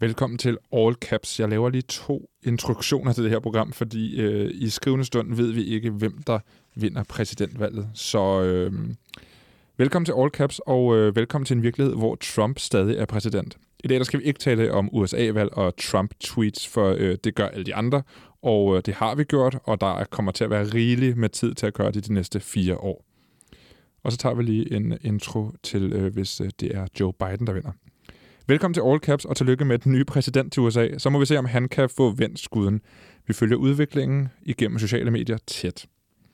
Velkommen til All Caps. Jeg laver lige 2 introduktioner til det her program, fordi i skrivende stund ved vi ikke, hvem der vinder præsidentvalget. Så velkommen til All Caps, og velkommen til en virkelighed, hvor Trump stadig er præsident. I dag der skal vi ikke tale om USA-valg og Trump-tweets, for det gør alle de andre, og det har vi gjort, og der kommer til at være rigeligt med tid til at gøre det de næste 4 år. Og så tager vi lige en intro til, hvis det er Joe Biden, der vinder. Velkommen til All Caps, og tillykke med den nye præsident til USA. Så må vi se, om han kan få vendt skuden. Vi følger udviklingen igennem sociale medier tæt.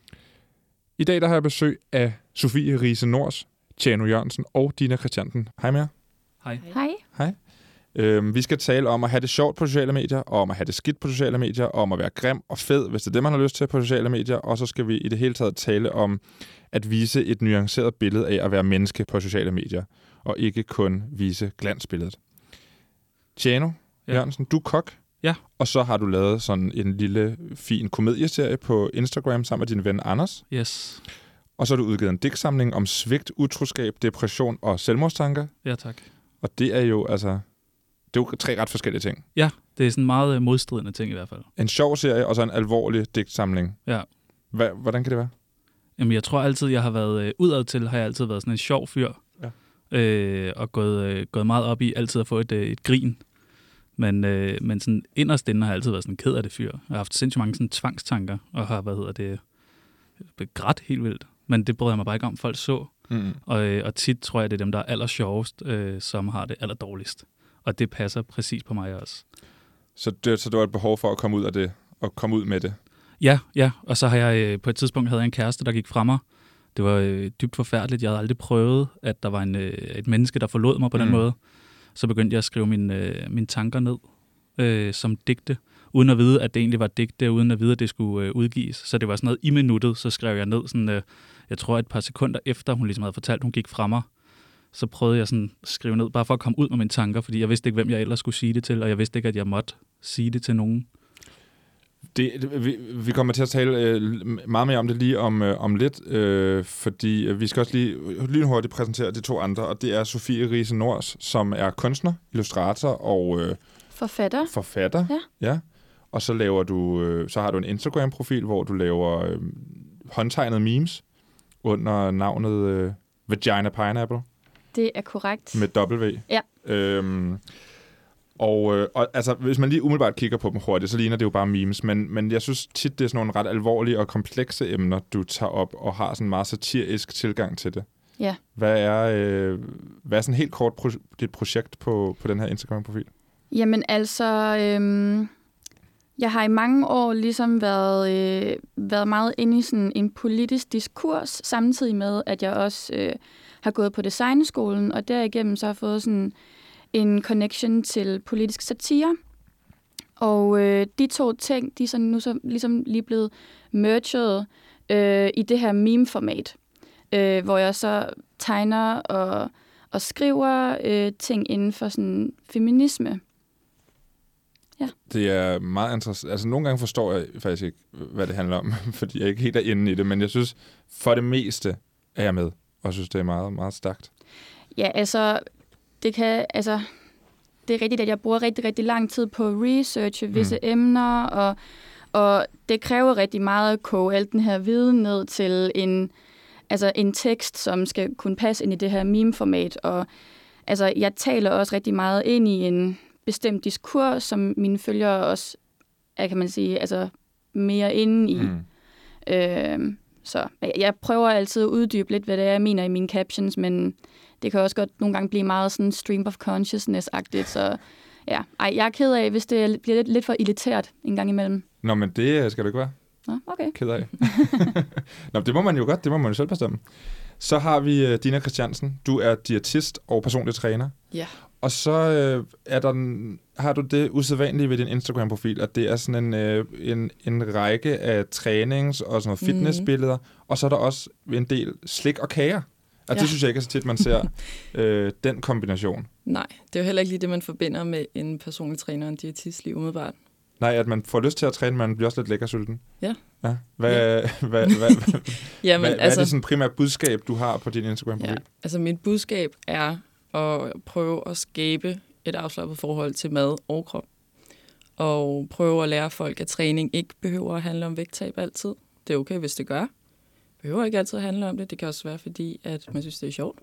I dag der har jeg besøg af Sofie Riise Nors, Tjano Jørgensen og Dina Christiansen. Hej med jer. Hej. Hej. Hej. Vi skal tale om at have det sjovt på sociale medier, og om at have det skidt på sociale medier, og om at være grim og fed, hvis det er det, man har lyst til på sociale medier. Og så skal vi i det hele taget tale om at vise et nuanceret billede af at være menneske på sociale medier, og ikke kun vise glansbilledet. Tjano Jørgensen, du er kok. Ja. Og så har du lavet sådan en lille, fin komedieserie på Instagram sammen med din ven Anders. Yes. Og så har du udgivet en digtsamling om svigt, utroskab, depression og selvmordstanker. Ja, tak. Og det er jo 3 ret forskellige ting. Ja, det er sådan meget modstridende ting i hvert fald. En sjov serie, og så en alvorlig digtsamling. Ja. Hvordan kan det være? Jamen, jeg tror altid, jeg har været udadtil, har jeg altid været sådan en sjov fyr. Ja. Og gået meget op i altid at få et grin. Men sådan inderst inde har jeg altid været sådan en ked af det fyr. Jeg har haft sindssygt mange sådan tvangstanker, og har, grædt helt vildt. Men det bryder jeg mig bare ikke om, folk så. Mm. Og tit tror jeg, det er dem, der er allersjovest, som har det allerdårligst. Og det passer præcis på mig også. Så det var et behov for at komme ud af det, og komme ud med det? Ja. Og så har jeg på et tidspunkt havde jeg en kæreste, der gik fra mig. Det var dybt forfærdeligt. Jeg havde aldrig prøvet, at der var et menneske, der forlod mig på den måde. Så begyndte jeg at skrive mine tanker ned som digte, uden at vide, at det egentlig var digte, uden at vide, at det skulle udgives. Så det var sådan noget i minuttet, så skrev jeg ned sådan, jeg tror et par sekunder efter, hun ligesom havde fortalt, hun gik fra mig. Så prøvede jeg sådan at skrive ned, bare for at komme ud med mine tanker, fordi jeg vidste ikke, hvem jeg ellers skulle sige det til, og jeg vidste ikke, at jeg måtte sige det til nogen. Vi kommer til at tale meget mere om det lige om lidt, fordi vi skal også lige hurtigt præsentere de 2 andre, og det er Sofie Riise Nors, som er kunstner, illustrator og forfatter. Ja. Og så så har du en Instagram-profil, hvor du laver håndtegnede memes under navnet Vagina Pineapple. Det er korrekt. Med W. Ja. Og altså, hvis man lige umiddelbart kigger på dem hurtigt, så ligner det jo bare memes, men jeg synes tit, det er sådan nogle ret alvorlige og komplekse emner, du tager op, og har sådan en meget satirisk tilgang til det. Ja. Hvad er sådan helt kort dit projekt på den her Instagram-profil? Jamen altså, jeg har i mange år ligesom været meget inde i sådan en politisk diskurs, samtidig med, at jeg også har gået på designskolen, og derigennem så har fået sådan en connection til politisk satire. Og de 2 ting, de er sådan nu så ligesom lige blevet merged i det her meme-format, hvor jeg så tegner og skriver ting inden for sådan feminisme. Ja. Det er meget interessant. Altså nogle gange forstår jeg faktisk ikke, hvad det handler om, fordi jeg ikke helt er inde i det, men jeg synes, for det meste er jeg med, og synes, det er meget, meget stærkt. Ja, altså det er rigtigt, at jeg bruger rigtig, rigtig lang tid på at researche visse emner, og det kræver rigtig meget at koge alt den her viden ned til en tekst, som skal kunne passe ind i det her meme-format. Og altså, jeg taler også rigtig meget ind i en bestemt diskurs, som mine følgere også er, kan man sige, altså mere inde i. Så jeg prøver altid at uddybe lidt, hvad det er, jeg mener i mine captions, men det kan også godt nogle gange blive meget sådan stream of consciousness-agtigt, så ja. Jeg er ked af, hvis det bliver lidt for elitært en gang imellem. Nå, men det skal du ikke være. Nå, okay. Ked af. Nå, det må man jo godt, det må man jo selv bestemme. Så har vi Dina Christiansen. Du er diætist og personlig træner. Ja. Og så har du det usædvanlige ved din Instagram-profil, at det er sådan en række af trænings- og sådan noget fitnessbilleder, og så er der også en del slik og kager. Og det synes jeg ikke er så tit, man ser den kombination. Nej, det er jo heller ikke lige det, man forbinder med en personlig træner og en diætist lige umiddelbart. Nej, at man får lyst til at træne, man bliver også lidt lækkersulten. Ja. Hvad er det sådan primært budskab, du har på din Instagram-profil? Ja, altså mit budskab er at prøve at skabe et afslappet forhold til mad og krop. Og prøve at lære folk, at træning ikke behøver at handle om vægttab altid. Det er okay, hvis det gør. Det behøver ikke altid at handle om det. Det kan også være, fordi at man synes, det er sjovt.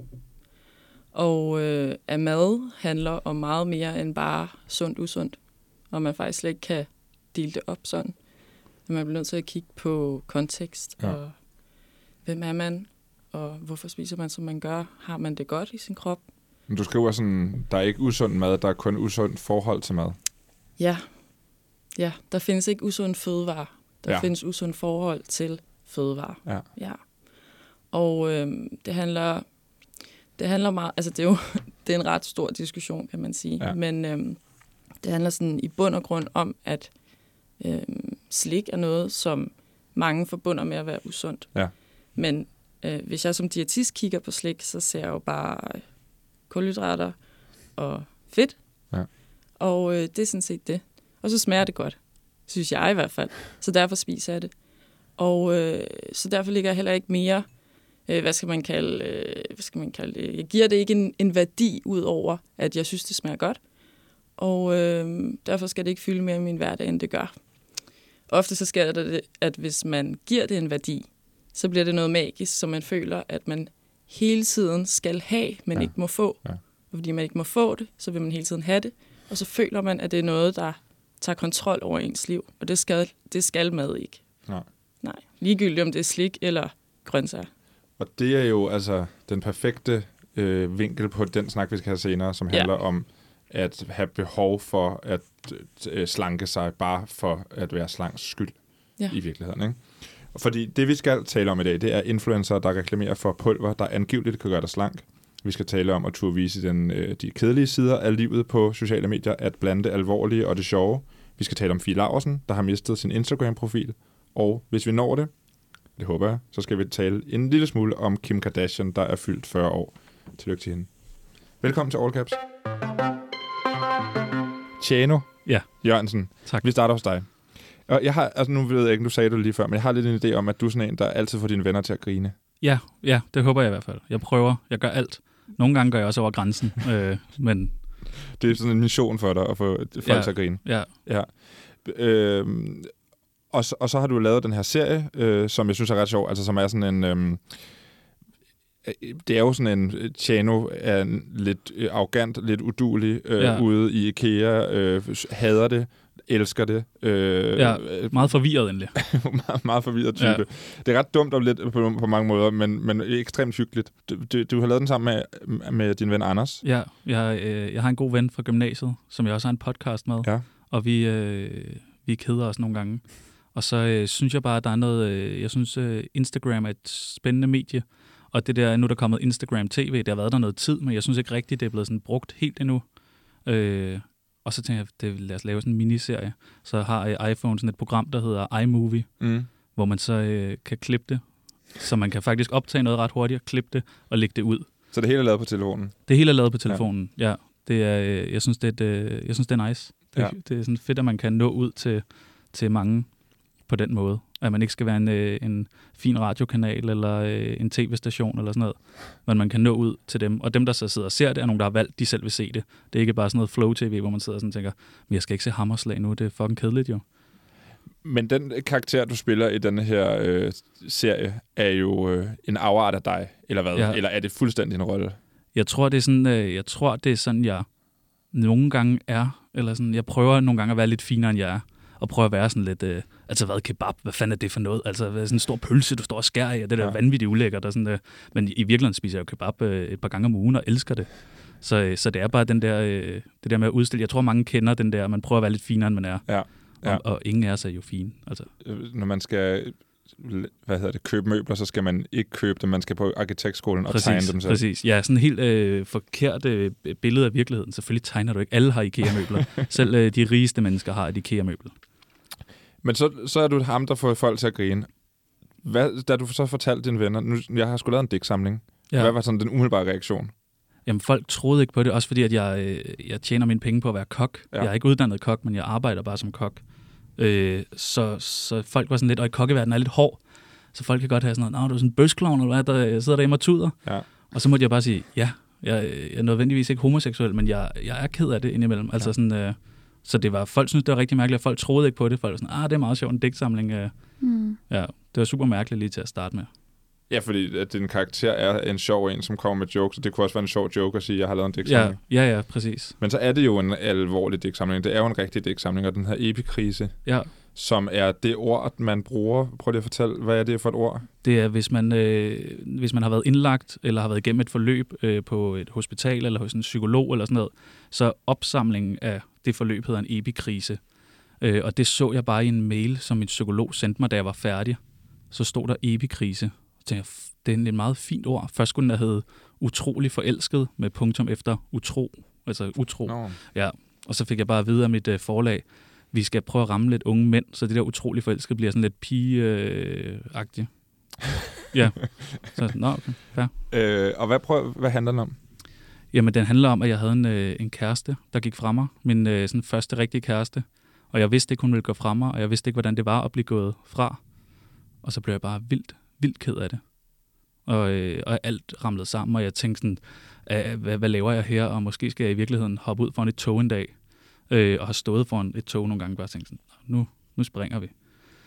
Og at mad handler om meget mere end bare sundt-usundt. Og man faktisk slet ikke kan dele det op sådan. Man bliver nødt til at kigge på kontekst, og hvem er man, og hvorfor spiser man, som man gør. Har man det godt i sin krop? Men du skriver sådan, der er ikke usund mad, der er kun usund forhold til mad. Ja, der findes ikke usund fødevare. Der findes usund forhold til fødevare. Ja. Og det handler meget, altså det er en ret stor diskussion, kan man sige. Ja. Men det handler sådan i bund og grund om, at slik er noget, som mange forbunder med at være usundt. Ja. Men hvis jeg som diætist kigger på slik, så ser jeg jo bare kulhydrater og fedt. Ja. Og det er sådan set det. Og så smager det godt, synes jeg i hvert fald. Så derfor spiser jeg det. Og så derfor ligger jeg heller ikke mere, hvad skal man kalde det? Jeg giver det ikke en værdi ud over, at jeg synes, det smager godt. Og derfor skal det ikke fylde mere i min hverdag, end det gør. Ofte så sker det, at hvis man giver det en værdi, så bliver det noget magisk, så man føler, at man hele tiden skal have, men ikke må få. Ja. Og fordi man ikke må få det, så vil man hele tiden have det. Og så føler man, at det er noget, der tager kontrol over ens liv. Og det skal mad ikke. Nej. Ligegyldigt om det er slik eller grøntsager. Og det er jo altså den perfekte vinkel på den snak, vi skal have senere, som handler om at have behov for at slanke sig bare for at være slanks skyld i virkeligheden. Ikke? Fordi det, vi skal tale om i dag, det er influencer, der reklamerer for pulver, der angiveligt kan gøre dig slank. Vi skal tale om at turde vise de kedelige sider af livet på sociale medier, at blande det alvorlige og det sjove. Vi skal tale om Fie Laursen, der har mistet sin Instagram-profil. Og hvis vi når det håber jeg, så skal vi tale en lille smule om Kim Kardashian, der er fyldt 40 år. Tillykke til hende. Velkommen til All Caps. Tjano Jørgensen. Tak. Vi starter hos dig. Og jeg har, altså nu ved jeg ikke, du sagde det lige før, men jeg har lidt en idé om, at du er sådan en, der altid får dine venner til at grine. Ja, det håber jeg i hvert fald. Jeg prøver, jeg gør alt. Nogle gange gør jeg også over grænsen, men... Det er sådan en mission for dig, at få folk til at grine. Ja. Og så har du lavet den her serie, som jeg synes er ret sjov, altså som er sådan en... det er jo sådan en... Tjano er en lidt arrogant, lidt uduelig ude i IKEA, hader det, elsker det. Meget forvirret endelig. meget forvirret type. Ja. Det er ret dumt og lidt på mange måder, men ekstremt hyggeligt. Du har lavet den sammen med din ven Anders. Ja, jeg har en god ven fra gymnasiet, som jeg også har en podcast med. Ja. Og vi keder os nogle gange. Og så synes jeg bare, at der er noget... jeg synes, Instagram er et spændende medie. Og det der, nu er der kommet Instagram TV, det har været der noget tid, men jeg synes ikke rigtigt, det er blevet sådan brugt helt endnu. Og så tænker jeg, lad os lave sådan en miniserie. Så har iPhone sådan et program, der hedder iMovie, hvor man så kan klippe det. Så man kan faktisk optage noget ret hurtigt, klippe det og lægge det ud. Så det hele er lavet på telefonen? Det hele er lavet på telefonen, ja. Det er, jeg synes, det er nice. Det er sådan fedt, at man kan nå ud til mange på den måde. At man ikke skal være en fin radiokanal eller en tv-station eller sådan noget. Men man kan nå ud til dem. Og dem, der så sidder og ser det, er nogen, der har valgt, de selv vil se det. Det er ikke bare sådan noget flow-tv, hvor man sidder og sådan tænker, men jeg skal ikke se Hammerslag nu, det er fucking kedeligt jo. Men den karakter, du spiller i denne her serie, er jo en afart af dig, eller hvad? Ja. Eller er det fuldstændig en rolle? Jeg tror, det er sådan, jeg nogle gange er. Eller sådan, jeg prøver nogle gange at være lidt finere, end jeg er. Og prøve at være sådan lidt, hvad kebab, hvad fanden er det for noget? Altså sådan en stor pølse, du står og skærer i, og det der vanvittigt ulækkert. Og sådan, men i virkeligheden spiser jeg jo kebab et par gange om ugen og elsker det. Så det er bare det der med at udstille. Jeg tror, mange kender den der, man prøver at være lidt finere, end man er. Ja. Og ingen af os er jo fine. Altså. Når man skal købe møbler, så skal man ikke købe dem, man skal på arkitektskolen og tegne dem selv. Præcis, ja, sådan en helt forkert billede af virkeligheden. Selvfølgelig tegner du ikke. Alle har IKEA-møbler. Selv de rigeste mennesker har et IKEA-møbel. Men så er du ham, der får folk til at grine. Da du så fortalte dine venner, nu, jeg har sgu lavet en digtsamling. Ja. Hvad var sådan den umiddelbare reaktion? Folk troede ikke på det, også fordi at jeg tjener mine penge på at være kok. Ja. Jeg er ikke uddannet kok, men jeg arbejder bare som kok. Så folk var sådan lidt, og i kokkeverdenen er lidt hård, så folk kan godt have sådan noget, du er sådan en bøsklovn, eller hvad, der sidder derhjemme og tuder. Ja. Og så måtte jeg bare sige, ja, Jeg er nødvendigvis ikke homoseksuel, men jeg er ked af det indimellem. Altså sådan, så det var, folk synes, det var rigtig mærkeligt, og folk troede ikke på det. Folk var sådan, det er meget sjovt, en digtsamling. Ja, det var super mærkeligt lige til at starte med. Ja, fordi at din karakter er en sjov en, som kommer med jokes, og det kunne også være en sjov joke at sige, at jeg har lavet en digtsamling. Ja, præcis. Men så er det jo en alvorlig digtsamling. Det er jo en rigtig digtsamling, og den her epikrise, som er det ord, man bruger. Prøv lige at fortælle, hvad er det for et ord? Det er, hvis man har været indlagt, eller har været igennem et forløb på et hospital, eller hos en psykolog, eller sådan noget, så opsamlingen af det forløb hedder en epikrise. Og det så jeg bare i en mail, som en psykolog sendte mig, da jeg var færdig. Så stod der epikrise. Så tænkte jeg, det er et meget fint ord. Først skulle den der hedde utrolig forelsket, med punktum efter utro. Altså utro. No. Ja. Og så fik jeg bare at vide af mit forlag, vi skal prøve at ramme lidt unge mænd, så det der utrolig forelsket bliver sådan lidt pige-agtigt. Ja. Så, okay. Ja. Og hvad handler den om? Jamen, den handler om, at jeg havde en kæreste, der gik fra mig. Min sådan første rigtige kæreste. Og jeg vidste ikke, hun ville gå fra mig, og jeg vidste ikke, hvordan det var at blive gået fra. Og så blev jeg bare vildt ked af det. Og alt ramlede sammen, og jeg tænkte sådan, hvad laver jeg her? Og måske skal jeg i virkeligheden hoppe ud foran et tog en dag. Og har stået foran et tog nogle gange, bare tænkt sådan, nu springer vi.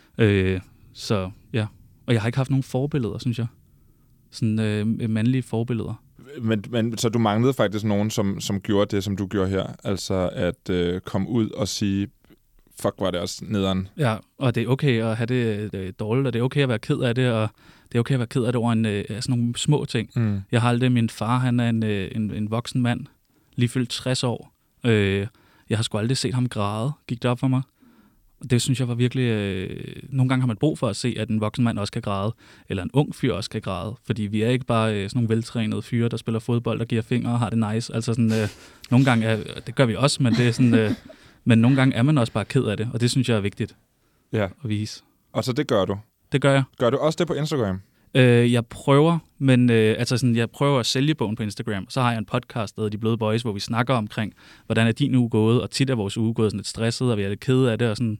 Så ja, og jeg har ikke haft nogen forbilleder, synes jeg. Sådan mandlige forbilleder. Men så du manglede faktisk nogen, som gjorde det, som du gjorde her? Altså at komme ud og sige, fuck, var det også nederen. Ja, og det er okay at have det dårligt, og det er okay at være ked af det, og det er okay at være ked af det over sådan nogle små ting. Jeg har aldrig, min far, han er en voksen mand, lige fyldt 60 år. Jeg har sgu aldrig set ham græde, gik det op for mig. Det synes jeg var virkelig... nogle gange har man brug for at se, at en voksen mand også kan græde, eller en ung fyr også kan græde, fordi vi er ikke bare sådan nogle veltrænede fyre, der spiller fodbold, der giver fingre og har det nice. Altså sådan, nogle gange, det gør vi også, men det er sådan... men nogle gange er man også bare ked af det, og det synes jeg er vigtigt at vise. Og så det gør du? Det gør jeg. Gør du også det på Instagram? Jeg prøver, men jeg prøver at sælge bogen på Instagram. Så har jeg en podcast, der hedder De Bløde Boys, hvor vi snakker omkring, hvordan er din uge gået, og tit er vores uge gået sådan lidt stresset, og vi er lidt kede af det og sådan.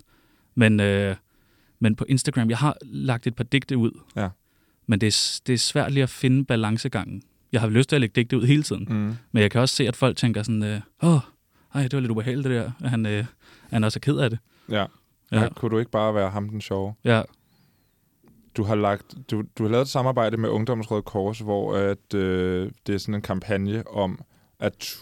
Men på Instagram, jeg har lagt et par digte ud, men det er svært lige at finde balancegangen. Jeg har lyst til at lægge digte ud hele tiden, men jeg kan også se, at folk tænker sådan, det var lidt ubehageligt det der, at han også er ked af det. Ja. Kunne du ikke bare være ham den sjove? Ja. Du har lavet et samarbejde med Ungdommens Kors, hvor det er sådan en kampagne om at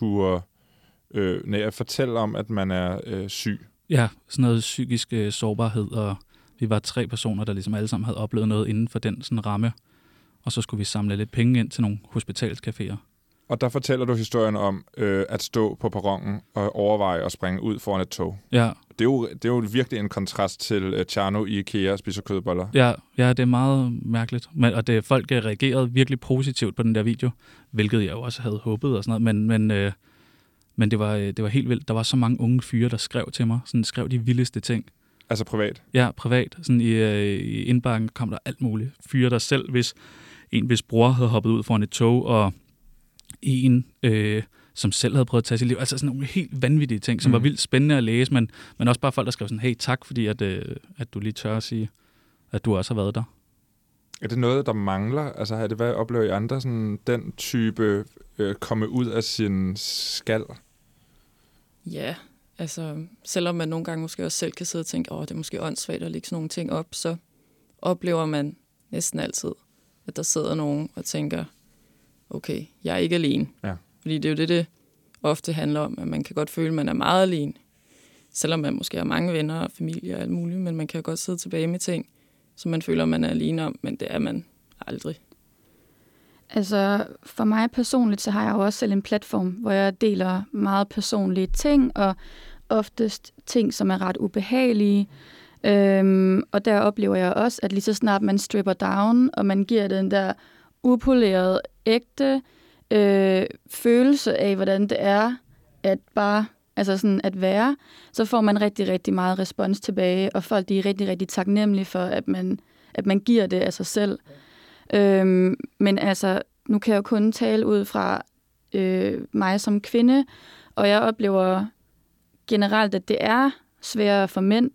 at fortælle om, at man er syg. Ja, sådan noget psykisk sårbarhed, og vi var 3 personer, der ligesom alle sammen havde oplevet noget inden for den sådan ramme, og så skulle vi samle lidt penge ind til nogle hospitalscaféer. Og der fortæller du historien om at stå på perronen og overveje at springe ud foran et tog. Ja. Det er jo virkelig en kontrast til Tjerno i IKEA spiser kødboller. Ja, det er meget mærkeligt. Og folk reagerede virkelig positivt på den der video, hvilket jeg jo også havde håbet og sådan noget. Men det var helt vildt. Der var så mange unge fyre, der skrev til mig. Sådan skrev de vildeste ting. Altså privat? Ja, privat. Sådan i indbakken kom der alt muligt. Fyre der selv, hvis bror havde hoppet ud foran et tog, og en, som selv havde prøvet at tage sit liv. Altså sådan nogle helt vanvittige ting, som var vildt spændende at læse, men også bare folk, der skrev sådan, hey, tak, fordi at du lige tør at sige, at du også har været der. Er det noget, der mangler? Altså, hvad oplever I andre, sådan den type komme ud af sin skal? Ja, altså, selvom man nogle gange måske også selv kan sidde og tænke, det er måske åndssvagt at lægge sådan nogle ting op, så oplever man næsten altid, at der sidder nogen og tænker, okay, jeg er ikke alene. Ja. Fordi det er jo det ofte handler om, at man kan godt føle, at man er meget alene. Selvom man måske har mange venner og familie og alt muligt, men man kan godt sidde tilbage med ting, som man føler, man er alene om, men det er man aldrig. Altså, for mig personligt, så har jeg jo også selv en platform, hvor jeg deler meget personlige ting, og oftest ting, som er ret ubehagelige. Og der oplever jeg også, at lige så snart man stripper down, og man giver den der upoleret, ægte følelse af, hvordan det er at bare, altså sådan at være, så får man rigtig, rigtig meget respons tilbage, og folk de er rigtig, rigtig taknemmelige for, at man giver det af sig selv. Men altså, nu kan jeg jo kun tale ud fra mig som kvinde, og jeg oplever generelt, at det er sværere for mænd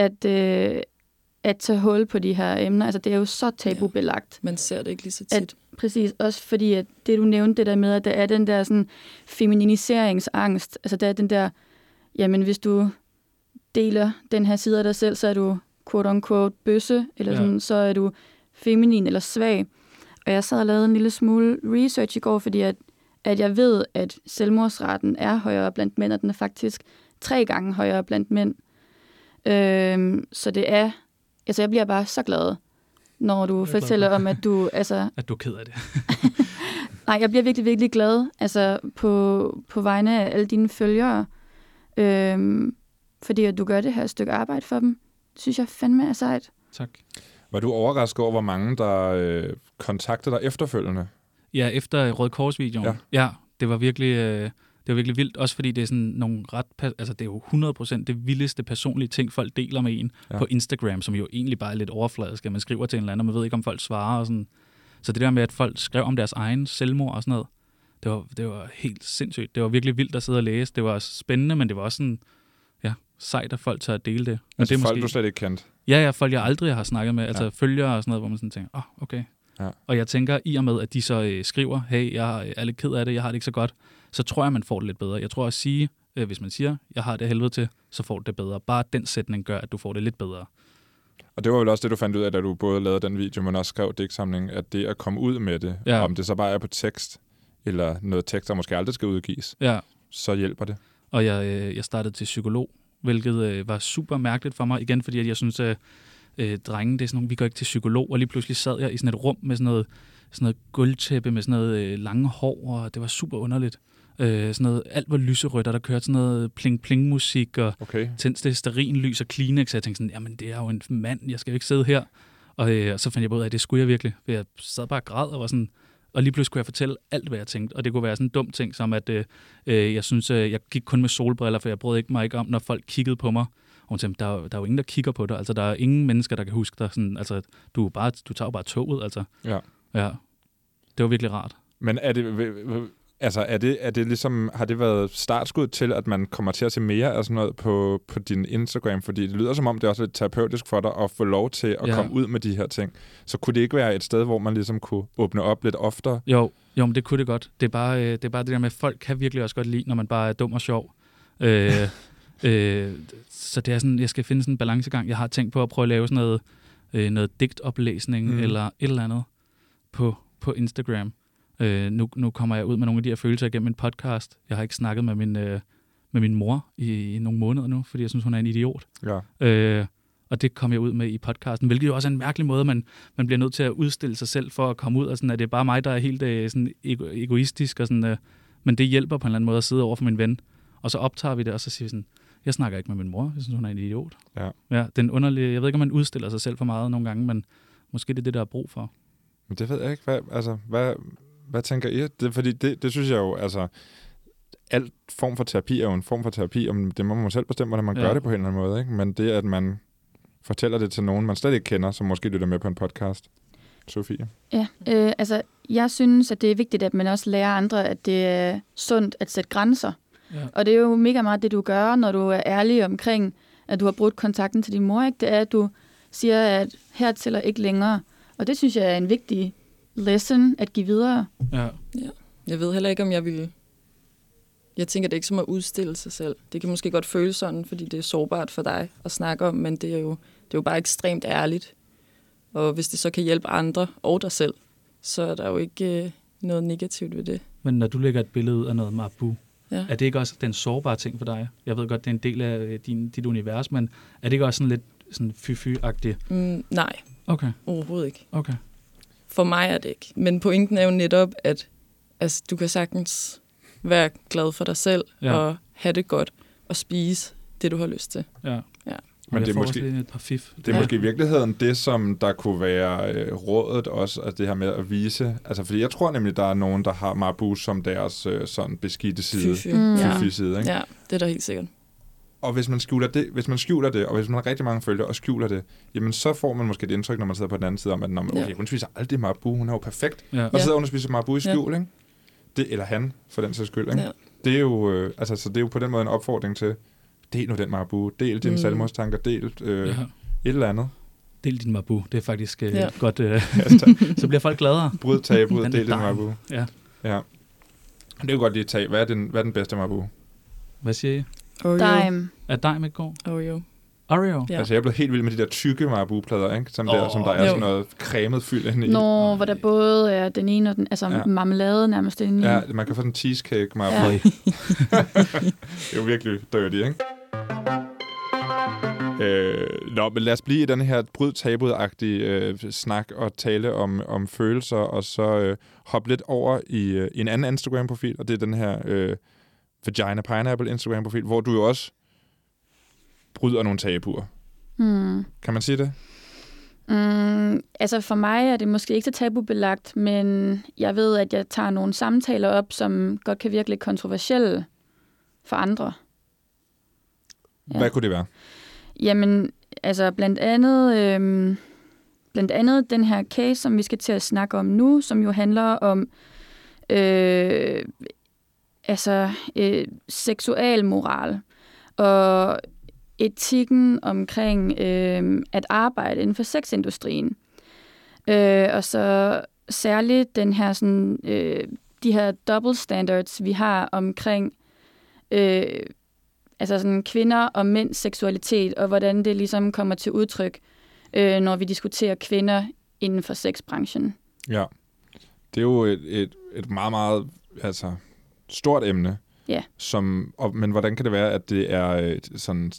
at tage hul på de her emner. Altså, det er jo så tabubelagt. Man ser det ikke lige så tit. præcis. Også fordi, at det du nævnte, det der med, at der er den der sådan feminiseringsangst. Altså der er den der, jamen hvis du deler den her side af dig selv, så er du quote-unquote bøsse, eller sådan, så er du feminin eller svag. Og jeg sad og lavede en lille smule research i går, fordi at jeg ved, at selvmordsraten er højere blandt mænd, og den er faktisk 3 gange højere blandt mænd. Så det er... Altså, jeg bliver bare så glad, når du fortæller om, at du... Altså, at du er ked af det. Nej, jeg bliver virkelig, virkelig glad altså, på vegne af alle dine følgere. Fordi at du gør det her stykke arbejde for dem. Det synes jeg fandme er sejt. Tak. Var du overrasket over, hvor mange, der kontaktede dig efterfølgende? Ja, efter Røde Kors-videoen. Ja, det var virkelig vildt. Også fordi det er sådan nogle altså det er jo 100% det vildeste personlige ting, folk deler med en på Instagram, som jo egentlig bare er lidt overfladisk. Man skriver til en eller anden, og man ved ikke, om folk svarer og sådan. Så det der med, at folk skrev om deres egen selvmord og sådan noget, det var helt sindssygt. Det var virkelig vildt at sidde og læse. Det var spændende, men det var også sådan, sejt, at folk tør at dele det. Altså det er folk, du slet ikke kendt? Ja, folk, jeg aldrig har snakket med. Altså følgere og sådan noget, hvor man sådan tænker, okay. Ja. Og jeg tænker, i og med, at de så skriver, hey, jeg er lidt ked af det, jeg har det ikke så godt, så tror jeg, man får det lidt bedre. Jeg tror at sige, hvis man siger, jeg har det helvede til, så får du det bedre. Bare den sætning gør, at du får det lidt bedre. Og det var vel også det, du fandt ud af, da du både lavede den video, men også skrev digtsamlingen, at det at komme ud med det, om det så bare er på tekst, eller noget tekst, der måske aldrig skal udgives, så hjælper det. Og jeg startede til psykolog, hvilket var super mærkeligt for mig, igen fordi at jeg synes, at drenge, det er sådan nogle, vi går ikke til psykolog, og lige pludselig sad jeg i sådan et rum med sådan noget guldtæppe, med sådan noget lange hår, og det var super underligt. Sådan noget, alt var lyserødt, og der kørte sådan noget pling-pling-musik, og tændte stearinlys og Kleenex, så jeg tænkte sådan, jamen det er jo en mand, jeg skal jo ikke sidde her. Og så fandt jeg på ud af, at det skulle jeg virkelig, for jeg sad bare og græd, og var sådan, og lige pludselig kunne jeg fortælle alt, hvad jeg tænkte, og det kunne være sådan en dum ting, som at jeg synes, jeg gik kun med solbriller, for jeg brød mig ikke om, når folk kiggede på mig. Og hun sagde, der er jo ingen, der kigger på dig. Altså, der er ingen mennesker, der kan huske dig. Sådan, altså, du tager jo bare toget, altså. Ja. Det var virkelig rart. Men er det ligesom, har det været startskud til, at man kommer til at se mere af sådan noget på din Instagram? Fordi det lyder som om, det er også lidt terapeutisk for dig at få lov til at komme ud med de her ting. Så kunne det ikke være et sted, hvor man ligesom kunne åbne op lidt oftere? Jo, men det kunne det godt. Det er bare det der med, at folk kan virkelig også godt lide, når man bare er dum og sjov. Så det er sådan, jeg skal finde sådan en balancegang. Jeg har tænkt på at prøve at lave sådan noget digtoplæsning eller et eller andet på Instagram. Nu kommer jeg ud med nogle af de her følelser igennem en podcast. Jeg har ikke snakket med min mor i nogle måneder nu, fordi jeg synes, hun er en idiot. Ja. Og det kom jeg ud med i podcasten, hvilket jo også er en mærkelig måde, man bliver nødt til at udstille sig selv for at komme ud, og sådan, at det er bare mig, der er helt sådan egoistisk, og sådan, men det hjælper på en eller anden måde at sidde over for min ven. Og så optager vi det, og så siger vi sådan, jeg snakker ikke med min mor, jeg synes, hun er en idiot. Ja, den underlige, jeg ved ikke, om man udstiller sig selv for meget nogle gange, men måske det er det, der er brug for. Men det ved jeg ikke. Hvad tænker I? Fordi det synes jeg jo, altså, alt form for terapi er jo en form for terapi, og det må man selv bestemme, hvordan man gør det på en eller anden måde, ikke? Men det, at man fortæller det til nogen, man slet ikke kender, som måske lytter med på en podcast. Sofie? Ja, altså, jeg synes, at det er vigtigt, at man også lærer andre, at det er sundt at sætte grænser. Ja. Og det er jo mega meget det, du gør, når du er ærlig omkring, at du har brudt kontakten til din mor, ikke? Det er, at du siger, at her tæller ikke længere. Og det synes jeg er en vigtig lesson at give videre. Ja. Jeg ved heller ikke, om jeg vil... Jeg tænker, det er ikke som at udstille sig selv. Det kan måske godt føles sådan, fordi det er sårbart for dig at snakke om, men det er jo bare ekstremt ærligt. Og hvis det så kan hjælpe andre og dig selv, så er der jo ikke noget negativt ved det. Men når du lægger et billede ud af noget Marabu, er det ikke også den sårbare ting for dig? Jeg ved godt, det er en del af dit univers, men er det ikke også sådan lidt sådan fy-fy-agtigt? Nej. Okay. Overhovedet ikke. Okay. For mig er det ikke. Men pointen er jo netop, at altså, du kan sagtens være glad for dig selv og have det godt og spise det, du har lyst til. Ja. Men det er måske et par fif. Det er måske i virkeligheden det, som der kunne være rådet også, altså det her med at vise. Altså, fordi jeg tror nemlig, der er nogen, der har Marabu som deres sådan beskidte side. Fy-fy-side, ikke? Ja, det er der helt sikkert. Og hvis man skjuler det, og hvis man har rigtig mange følgere og skjuler det, jamen så får man måske et indtryk, når man sidder på den anden side om, at okay, hun spiser aldrig Marabu, hun er jo perfekt. Ja. Og så sidder hun og spiser Marabu i skjul, ikke? Det, eller han, for den sags skyld, ikke? Ja. Det er jo, så det er jo på den måde en opfordring til, del nu den Marabu, del dine selvmordstanker, del et eller andet. Del din mabu. Det er faktisk godt. Så bliver folk gladere. Bryd tabuet, del din mabu. Ja. Det er jo godt lige at tage. Hvad er den bedste mabu? Hvad siger I? Oreo. Dime. Er Dime ikke god? Oreo. Ja. Altså, jeg er blevet helt vild med de der tykke Marabu-plader, ikke? Som der er sådan noget cremet fyld inde i. Hvor der både er den ene og den, altså marmelade nærmest inde i. Ja, man kan få sådan en cheesecake Marabu. Ja. Det er jo virkelig dirty, ikke? Men lad os blive i den her bryd tabuet-agtige snak og tale om følelser, og så hoppe lidt over i en anden Instagram-profil, og det er den her Vagina Pineapple Instagram-profil, hvor du jo også bryder nogle tabuer. Kan man sige det? Altså for mig er det måske ikke så tabubelagt, men jeg ved, at jeg tager nogle samtaler op, som godt kan virke lidt kontroversielle for andre. Ja. Hvad kunne det være? Jamen, altså blandt andet den her case, som vi skal til at snakke om nu, som jo handler om seksualmoral og etikken omkring at arbejde inden for sexindustrien. Og så særligt den her sådan, de her double standards, vi har omkring altså sådan kvinder og mænds seksualitet, og hvordan det ligesom kommer til udtryk, når vi diskuterer kvinder inden for sexbranchen. Ja, det er jo et meget, meget stort emne. Ja. Men hvordan kan det være, at det er sådan,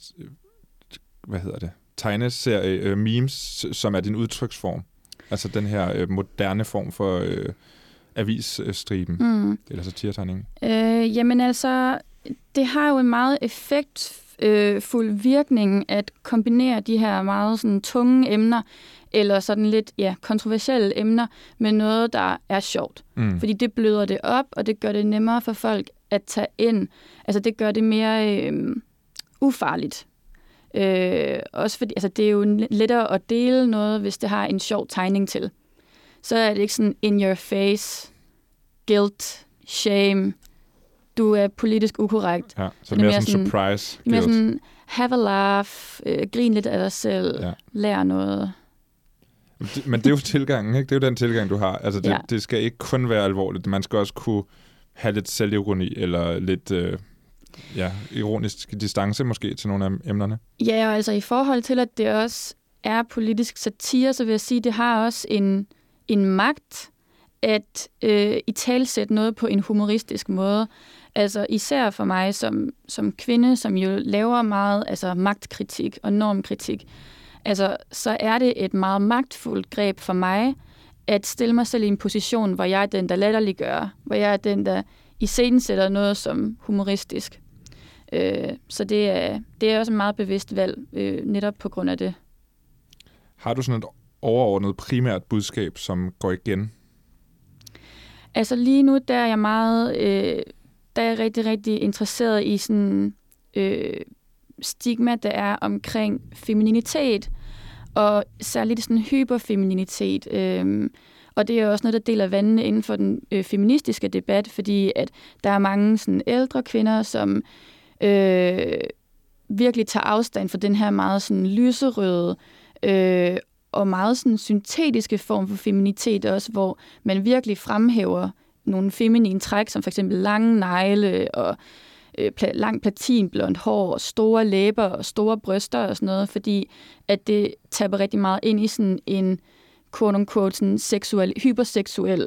tegneserie, memes, som er din udtryksform? Altså den her moderne form for avisstriben, eller satiretegningen? Jamen altså, det har jo en meget effektfuld virkning at kombinere de her meget sådan tunge emner, eller sådan lidt kontroversielle emner, med noget, der er sjovt. Fordi det bløder det op, og det gør det nemmere for folk at tage ind. Altså det gør det mere ufarligt. Også fordi altså, det er jo lettere at dele noget, hvis det har en sjov tegning til. Så er det ikke sådan in your face, guilt, shame, du er politisk ukorrekt. Ja, så mere sådan surprise guilt. Mere sådan have a laugh, grin lidt af dig selv, lær noget. Men det er jo tilgangen, ikke? Det er jo den tilgang, du har. Altså det skal ikke kun være alvorligt. Man skal også kunne have lidt selvironi, eller lidt ironisk distance måske til nogle af emnerne. Ja, og altså i forhold til, at det også er politisk satire, så vil jeg sige, at det har også en magt at italesætte noget på en humoristisk måde. Altså især for mig som kvinde, som jo laver meget magtkritik og normkritik, altså så er det et meget magtfuldt greb for mig at stille mig selv i en position, hvor jeg er den, der latterliggør, hvor jeg er den, der iscenesætter noget som humoristisk. Så det er også en meget bevidst valg, netop på grund af det. Har du sådan et overordnet primært budskab, som går igen? Altså lige nu, der er jeg meget, der er jeg rigtig, rigtig interesseret i sådan stigma, der er omkring femininitet, og særligt sådan hyperfemininitet. Og det er også noget, der deler vandene inden for den feministiske debat, fordi at der er mange sådan ældre kvinder, som virkelig tager afstand fra den her meget sådan lyserøde og meget sådan syntetiske form for feminitet også, hvor man virkelig fremhæver nogle feminine træk, som for eksempel lange negle og lang platinblondt hår og store læber og store bryster og sådan noget, fordi at det tapper rigtig meget ind i sådan en quote-unquote sådan hyperseksuel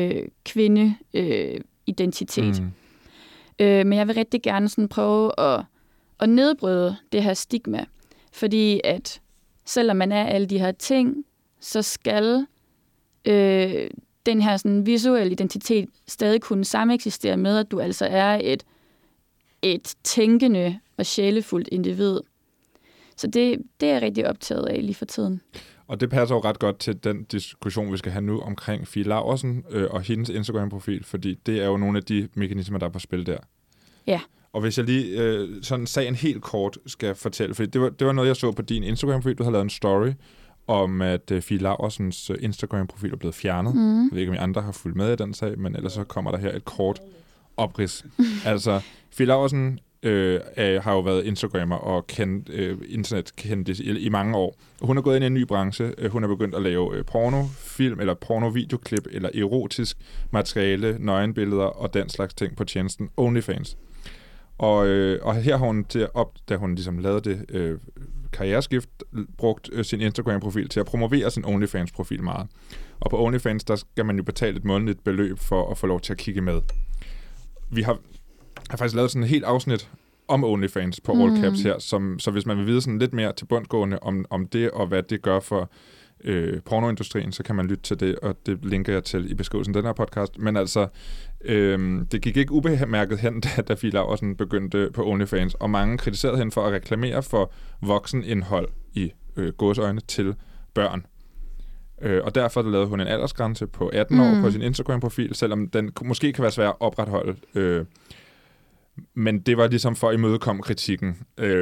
kvindeidentitet. Men jeg vil rigtig gerne sådan prøve at nedbryde det her stigma, fordi at selvom man er alle de her ting, så skal den her sådan visuelle identitet stadig kunne sameksistere med, at du altså er et tænkende og sjælefuldt individ. Så det er jeg rigtig optaget af lige for tiden. Og det passer jo ret godt til den diskussion, vi skal have nu omkring Fie Laursen og hendes Instagram-profil, fordi det er jo nogle af de mekanismer, der er på spil der. Ja. Og hvis jeg lige sådan sagen helt kort skal fortælle, for det var noget, jeg så på din Instagram-profil. Du havde lavet en story om, at Fie Laursens Instagram-profil er blevet fjernet. Jeg ved ikke, om I andre har fulgt med i den sag, men ellers så kommer der her et kort oprids. Altså, Fie Laursen har jo været Instagrammer og internetkendte i mange år. Hun er gået ind i en ny branche. Hun er begyndt at lave pornofilm eller pornovideoklip eller erotisk materiale, nøgenbilleder og den slags ting på tjenesten OnlyFans. Og her har hun da hun ligesom lavede det karriereskift, brugt sin Instagram-profil til at promovere sin OnlyFans-profil meget. Og på OnlyFans, der skal man jo betale et månedligt beløb for at få lov til at kigge med. Vi har faktisk lavet sådan et helt afsnit om OnlyFans på All Caps her, så hvis man vil vide sådan lidt mere til bundsgående om det, og hvad det gør for pornoindustrien, så kan man lytte til det, og det linker jeg til i beskrivelsen af den her podcast. Men altså, det gik ikke ubemærket hen, da Fie Laursen begyndte på OnlyFans, og mange kritiserede hende for at reklamere for voksenindhold i gåseøjne til børn. Og derfor lavede hun en aldersgrænse på 18 år på sin Instagram-profil, selvom den måske kan være svær at opretholde. Men det var ligesom for at imødekomme kritikken.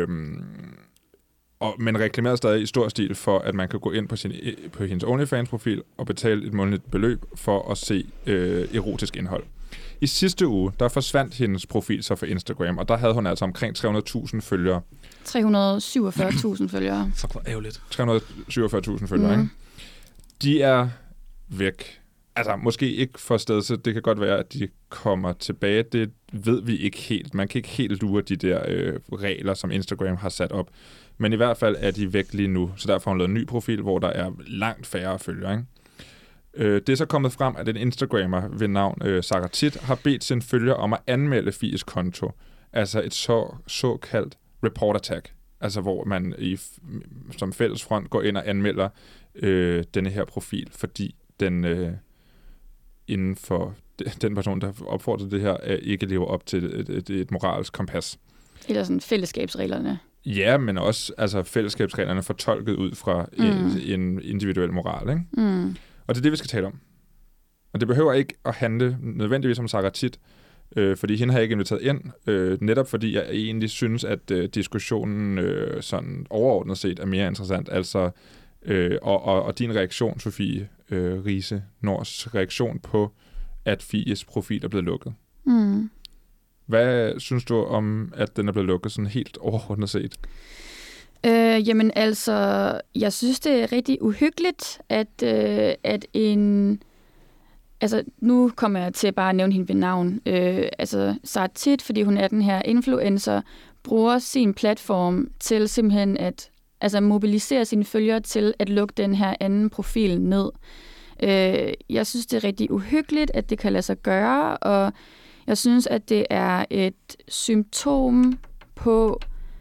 Men reklamerede stadig i stor stil for, at man kan gå ind på hendes OnlyFans-profil og betale et månedligt beløb for at se erotisk indhold. I sidste uge, der forsvandt hendes profil så fra Instagram, og der havde hun altså omkring 300.000 følgere. 347.000 følgere. Fuck, hvor ærgerligt. 347.000 følgere, ikke? De er væk. Altså, måske ikke for stedet, så det kan godt være, at de kommer tilbage. Det ved vi ikke helt. Man kan ikke helt lure de der regler, som Instagram har sat op. Men i hvert fald er de væk lige nu, så derfor har hun lavet en ny profil, hvor der er langt færre følgere, ikke? Det er så kommet frem, at en Instagrammer ved navn Sarah Tit har bedt sin følger om at anmelde Fies konto. Altså et såkaldt report attack. Altså hvor man som fælles front går ind og anmelder denne her profil, fordi den inden for den person, der opfordrer det her, ikke lever op til et moralsk kompas. Eller sådan fællesskabsreglerne. Ja, men også altså, fællesskabsreglerne fortolket ud fra en individuel moral. Ikke? Og det er det, vi skal tale om. Og det behøver ikke at handle nødvendigvis om Sarah Tit, fordi hende har jeg ikke inviteret ind, netop fordi jeg egentlig synes, at diskussionen sådan overordnet set er mere interessant. Altså, og din reaktion, Sofie Riise Nords reaktion på, at Fies profil er blevet lukket. Hvad synes du om, at den er blevet lukket sådan helt overordnet set? Jamen altså, jeg synes, det er rigtig uhyggeligt, at en... Altså, nu kommer jeg til bare at nævne hende ved navn. Altså, Sarah Tit, fordi hun er den her influencer, bruger sin platform til simpelthen at mobilisere sine følgere til at lukke den her anden profil ned. Jeg synes, det er rigtig uhyggeligt, at det kan lade sig gøre, og jeg synes, at det er et symptom på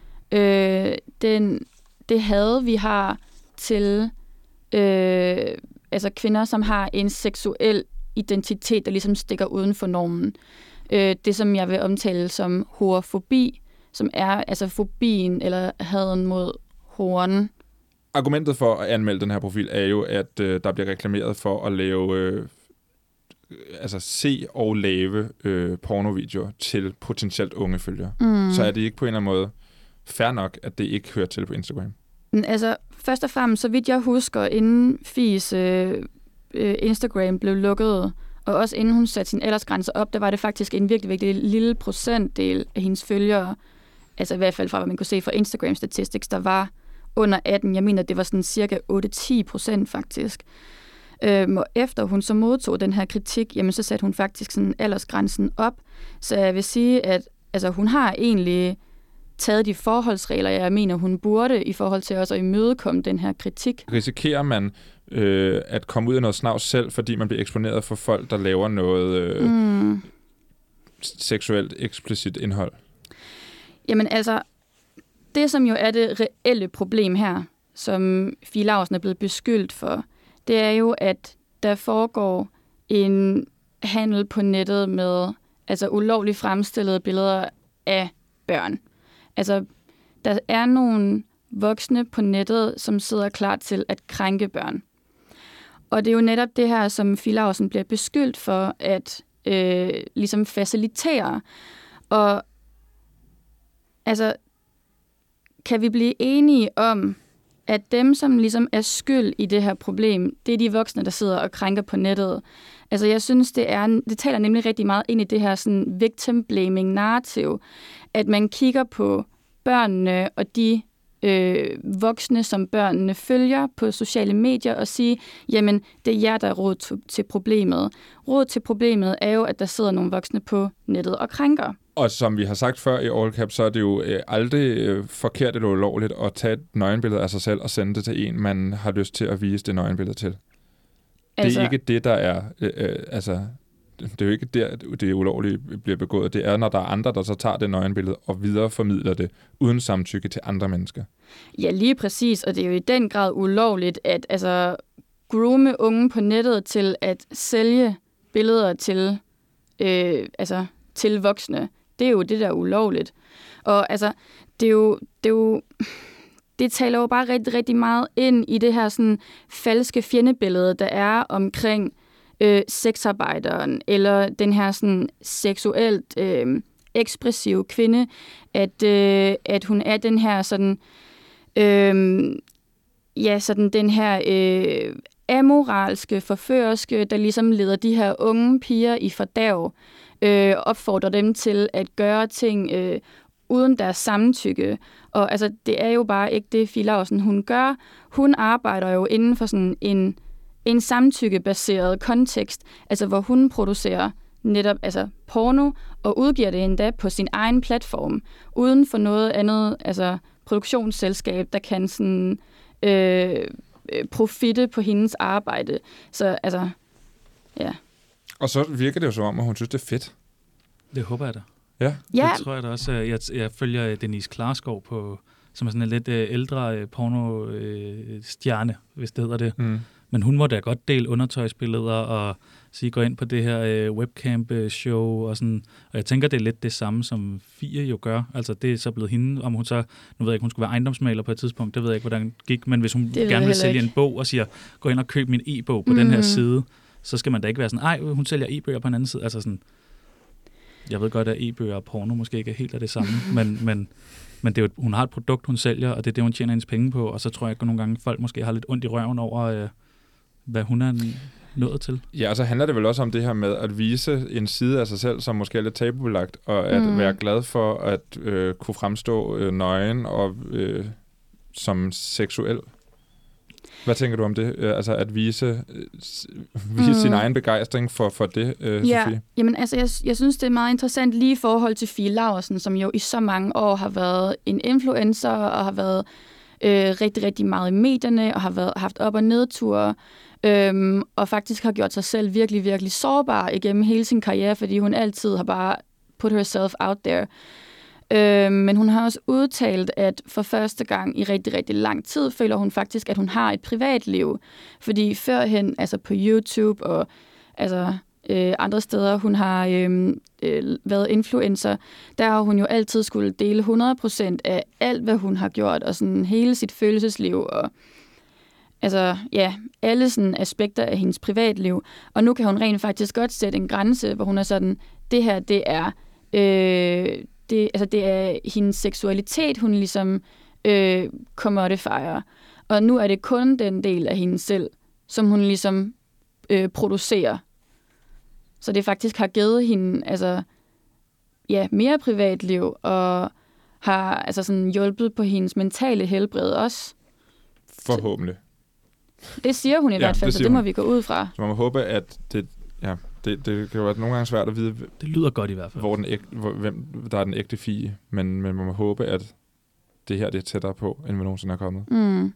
det had, vi har til kvinder, som har en seksuel identitet, der ligesom stikker uden for normen. Det, som jeg vil omtale som homofobi, som er altså fobien eller haden mod horen. Argumentet for at anmelde den her profil er jo, at der bliver reklameret for at lave se og lave pornovideoer til potentielt unge følgere. Så er det ikke på en eller anden måde fair nok, at det ikke hører til på Instagram? Altså, først og fremmest, så vidt jeg husker, inden Fies Instagram blev lukket, og også inden hun satte sin aldersgrænse op, der var det faktisk en virkelig, virkelig lille procentdel af hendes følgere, altså i hvert fald fra, hvad man kunne se fra Instagram Statistics, der var under 18. Jeg mener, det var sådan cirka 8-10% faktisk. Og efter hun så modtog den her kritik, jamen så satte hun faktisk sådan aldersgrænsen op. Så jeg vil sige, at altså, hun har egentlig taget de forholdsregler, jeg mener, hun burde, i forhold til også at imødekomme den her kritik. Risikerer man at komme ud af noget snavs selv, fordi man bliver eksponeret for folk, der laver noget seksuelt eksplicit indhold? Jamen altså, det som jo er det reelle problem her, som Fie Laursen er blevet beskyldt for, det er jo, at der foregår en handel på nettet med altså ulovligt fremstillede billeder af børn. Altså, der er nogle voksne på nettet, som sidder klar til at krænke børn. Og det er jo netop det her, som Fie Laursen bliver beskyldt for at ligesom facilitere. Og altså, kan vi blive enige om, at dem, som ligesom er skyld i det her problem, det er de voksne, der sidder og krænker på nettet. Altså, jeg synes, det taler nemlig rigtig meget ind i det her sådan victim-blaming-narrativ, at man kigger på børnene og de voksne, som børnene følger på sociale medier og sige, jamen, det er jer, der er råd til problemet. Råd til problemet er jo, at der sidder nogle voksne på nettet og krænker. Og som vi har sagt før i All Caps, så er det jo aldrig forkert eller ulovligt at tage et nøgenbillede af sig selv og sende det til en, man har lyst til at vise det nøgenbillede til. Det er ikke det, der er... det er jo ikke der, det ulovlige bliver begået. Det er, når der er andre, der så tager det nøgenbillede og videreformidler det uden samtykke til andre mennesker. Ja, lige præcis. Og det er jo i den grad ulovligt at groome unge på nettet til at sælge billeder til voksne. Det er jo det, der er ulovligt. Og altså, det taler jo bare rigtig, rigtig meget ind i det her sådan falske fjendebillede, der er omkring sexarbejderen, eller den her sådan seksuelt ekspressive kvinde, at hun er den her sådan, sådan den her amoralske, forførerske, der ligesom leder de her unge piger i fordærv, opfordrer dem til at gøre ting uden deres samtykke. Og altså, det er jo bare ikke det, Fie Laursen, hun gør. Hun arbejder jo inden for sådan en samtykkebaseret kontekst, altså hvor hun producerer netop porno og udgiver det endda på sin egen platform, uden for noget andet produktionsselskab, der kan sådan profitte på hendes arbejde. Så ja. Og så virker det jo som om, at hun synes, det er fedt. Det håber jeg da. Ja. Det tror jeg da også. Jeg følger Denise Klarskov som er sådan en lidt ældre porno-stjerne, hvis det hedder det. Mm. Men hun må da godt dele undertøjsbilleder og gå ind på det her webcam-show og sådan. Og jeg tænker, det er lidt det samme, som Fie jo gør. Altså, det er så blevet hende, om hun så... Nu ved jeg ikke, hun skulle være ejendomsmaler på et tidspunkt. Det ved jeg ikke, hvordan det gik. Men hvis hun gerne vil sælge en bog og siger, gå ind og køb min e-bog på den her side, så skal man da ikke være sådan, hun sælger e-bøger på en anden side. Altså sådan... Jeg ved godt, at e-bøger og porno måske ikke er helt af det samme, men det er jo, hun har et produkt, hun sælger, og det er det, hun tjener hendes penge på. Og så tror jeg, at nogle gange folk måske har lidt ondt i røven over... hvad hun er nået til. Ja, og så handler det vel også om det her med at vise en side af sig selv, som måske er lidt tabubelagt, og at være glad for at kunne fremstå nøgen og som seksuel. Hvad tænker du om det? Altså at vise sin egen begejstring for det, Sofie? Jamen jeg synes, det er meget interessant lige i forhold til Fie Laursen, som jo i så mange år har været en influencer og har været rigtig, rigtig meget i medierne og har haft op- og nedture, og faktisk har gjort sig selv virkelig, virkelig sårbar igennem hele sin karriere, fordi hun altid har bare put herself out there. Men hun har også udtalt, at for første gang i rigtig, rigtig lang tid føler hun faktisk, at hun har et privatliv. Fordi førhen, på YouTube og andre steder, hun har været influencer, der har hun jo altid skulle dele 100% af alt, hvad hun har gjort, og sådan hele sit følelsesliv, og alle sådan aspekter af hendes privatliv. Og nu kan hun rent faktisk godt sætte en grænse, hvor hun er sådan, det her, det er det er hendes seksualitet, hun ligesom commodifierer. Og nu er det kun den del af hende selv, som hun ligesom producerer. Så det faktisk har givet hende mere privatliv, og har sådan hjulpet på hendes mentale helbred også. Forhåbentlig. Det siger hun i hvert fald, så det må vi gå ud fra. Så man må håbe, at det kan jo være nogle gange svært at vide... Det lyder godt i hvert fald. Hvem der er den ægte Fie, men man må håbe, at det her det er tættere på, end vi nogensinde er kommet. Mm.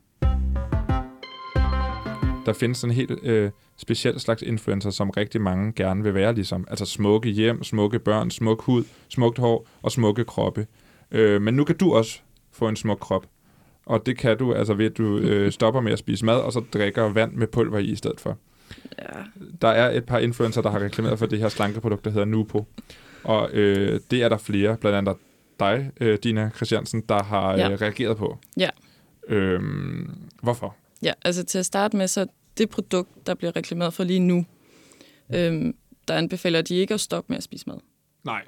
Der findes en helt speciel slags influencer, som rigtig mange gerne vil være ligesom. Altså smukke hjem, smukke børn, smuk hud, smukt hår og smukke kroppe. Men nu kan du også få en smuk krop. Og det kan du, ved at du stopper med at spise mad, og så drikker vand med pulver i stedet for. Ja. Der er et par influencer, der har reklameret for det her slankeprodukt, der hedder Nupo. Og det er der flere, blandt andet dig, Dina Christiansen, der har reageret på. Ja. Hvorfor? Ja, til at starte med, så det produkt, der bliver reklameret for lige nu, der anbefaler de ikke at stoppe med at spise mad. Nej,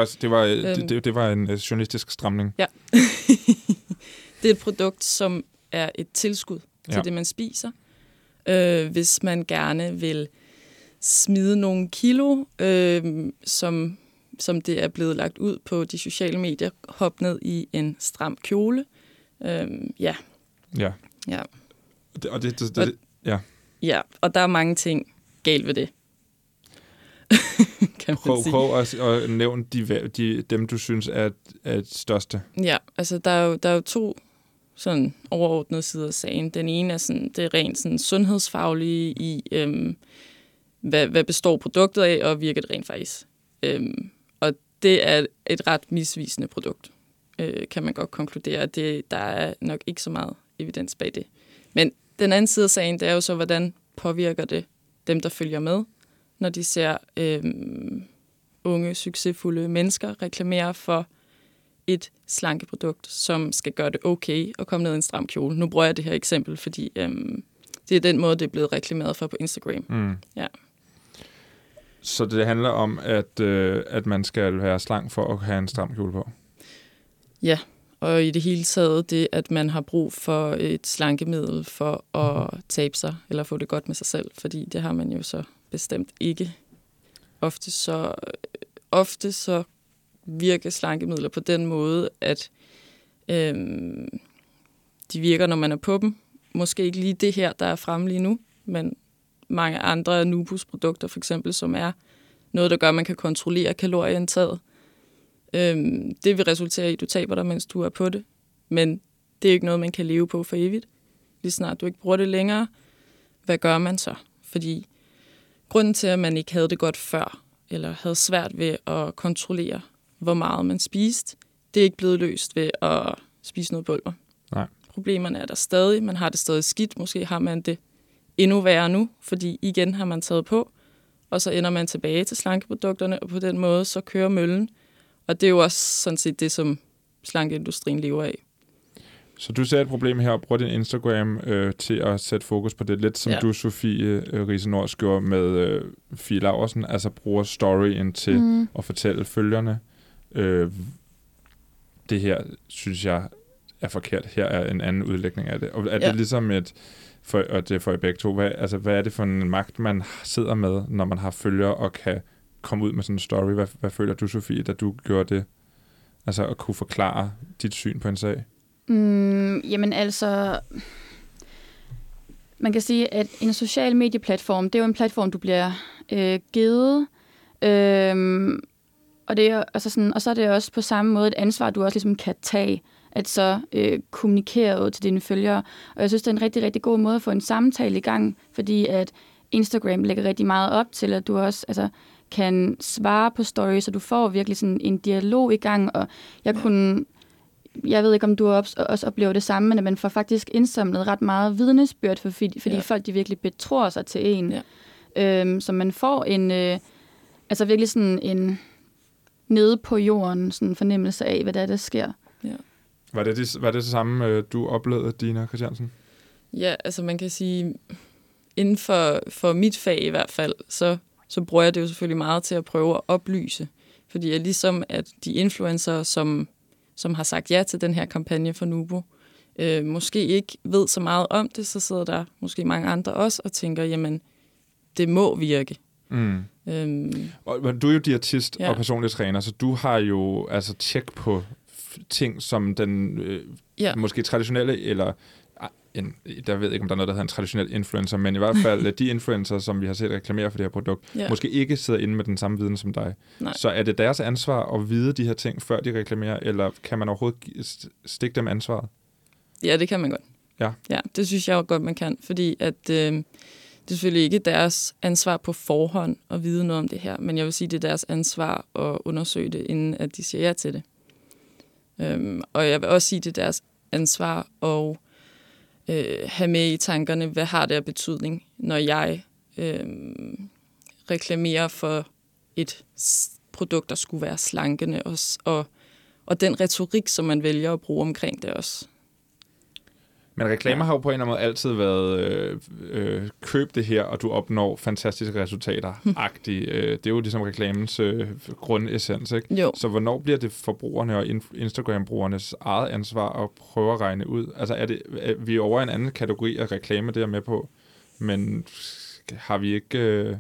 det var en journalistisk stramning. Ja. Det er et produkt, som er et tilskud til det, man spiser. Hvis man gerne vil smide nogle kilo, som det er blevet lagt ud på de sociale medier, hop ned i en stram kjole. Ja. Ja, og der er mange ting galt ved det. Prøv at nævne dem, du synes er et største. Ja, altså der er jo 2 sådan overordnede sider af sagen. Den ene er sådan, det er rent sådan sundhedsfaglige i, hvad består produktet af, og virker det rent faktisk. Og det er et ret misvisende produkt, kan man godt konkludere. Der er nok ikke så meget evidens bag det. Men den anden side af sagen, det er jo så, hvordan påvirker det dem, der følger med, når de ser unge, succesfulde mennesker reklamere for et slankeprodukt, som skal gøre det okay at komme ned i en stram kjole. Nu bruger jeg det her eksempel, fordi det er den måde, det er blevet reklameret for på Instagram. Ja. Så det handler om, at man skal være slank for at have en stram kjole på? Ja, og i det hele taget det, at man har brug for et slankemiddel for at tabe sig, eller få det godt med sig selv, fordi det har man jo så bestemt ikke. Ofte så virker slankemidler på den måde, at de virker, når man er på dem. Måske ikke lige det her, der er fremme lige nu, men mange andre Nubus-produkter for eksempel, som er noget, der gør, at man kan kontrollere kalorieindtaget. Det vil resultere i, at du taber dig, mens du er på det. Men det er ikke noget, man kan leve på for evigt. Lige snart du ikke bruger det længere, hvad gør man så? Fordi grunden til, at man ikke havde det godt før, eller havde svært ved at kontrollere, hvor meget man spiste, det er ikke blevet løst ved at spise noget pulver. Nej. Problemerne er der stadig. Man har det stadig skidt. Måske har man det endnu værre nu, fordi igen har man taget på, og så ender man tilbage til slankeprodukterne, og på den måde så kører møllen. Og det er jo også sådan set det, som slankeindustrien lever af. Så du ser et problem her og bruger din Instagram til at sætte fokus på det, lidt som du, Sofie Riise Nors, gjorde med Fie Laursen, altså bruger storyen til at fortælle følgerne. Det her, synes jeg, er forkert. Her er en anden udlægning af det. Og er det ligesom og det får I begge to, hvad er det for en magt, man sidder med, når man har følgere og kan komme ud med sådan en story? Hvad føler du, Sofie, da du gjorde det? Altså at kunne forklare dit syn på en sag? Jamen altså, man kan sige, at en social medieplatform, det er jo en platform, du bliver givet, og det er altså sådan, og så er det også på samme måde et ansvar, du også ligesom kan tage, at så kommunikere ud til dine følgere. Og jeg synes, det er en rigtig, rigtig god måde at få en samtale i gang, fordi at Instagram lægger rigtig meget op til, at du også kan svare på stories, så du får virkelig sådan en dialog i gang, og jeg ved ikke, om du også oplever det samme, men at man får faktisk indsamlet ret meget vidnesbyrd, fordi folk de virkelig betror sig til en. Ja. Så man får en, virkelig sådan en nede på jorden sådan fornemmelse af, hvad der sker. Ja. Var det samme, du oplevede, Dina Christiansen? Ja, altså man kan sige, inden for mit fag i hvert fald, så bruger jeg det jo selvfølgelig meget til at prøve at oplyse. Fordi jeg ligesom, at de influencer, som har sagt ja til den her kampagne for Nubo, måske ikke ved så meget om det, så sidder der måske mange andre også og tænker, jamen, det må virke. Og du er jo diætist og personlig træner, så du har jo tjek på ting, som den måske traditionelle, eller der ved ikke, om der er noget, der hedder en traditionel influencer, men i hvert fald de influencer, som vi har set reklamere for det her produkt, måske ikke sidder inde med den samme viden som dig. Nej. Så er det deres ansvar at vide de her ting, før de reklamerer, eller kan man overhovedet stikke dem ansvaret? Ja, det kan man godt. Ja, det synes jeg jo godt, man kan, fordi at det er selvfølgelig ikke deres ansvar på forhånd at vide noget om det her, men jeg vil sige, det er deres ansvar at undersøge det, inden at de siger ja til det. Og jeg vil også sige, det er deres ansvar at have med i tankerne, hvad har det af betydning, når jeg reklamerer for et produkt, der skulle være slankende også, og den retorik, som man vælger at bruge omkring det også. Men reklamer har jo på en eller anden måde altid været køb det her, og du opnår fantastiske resultater-agtigt. Det er jo ligesom reklamens grundessens, ikke? Jo. Så hvornår bliver det forbrugerne og Instagram-brugernes eget ansvar at prøve at regne ud? Altså vi er over en anden kategori af reklame, det er med på, men har vi ikke...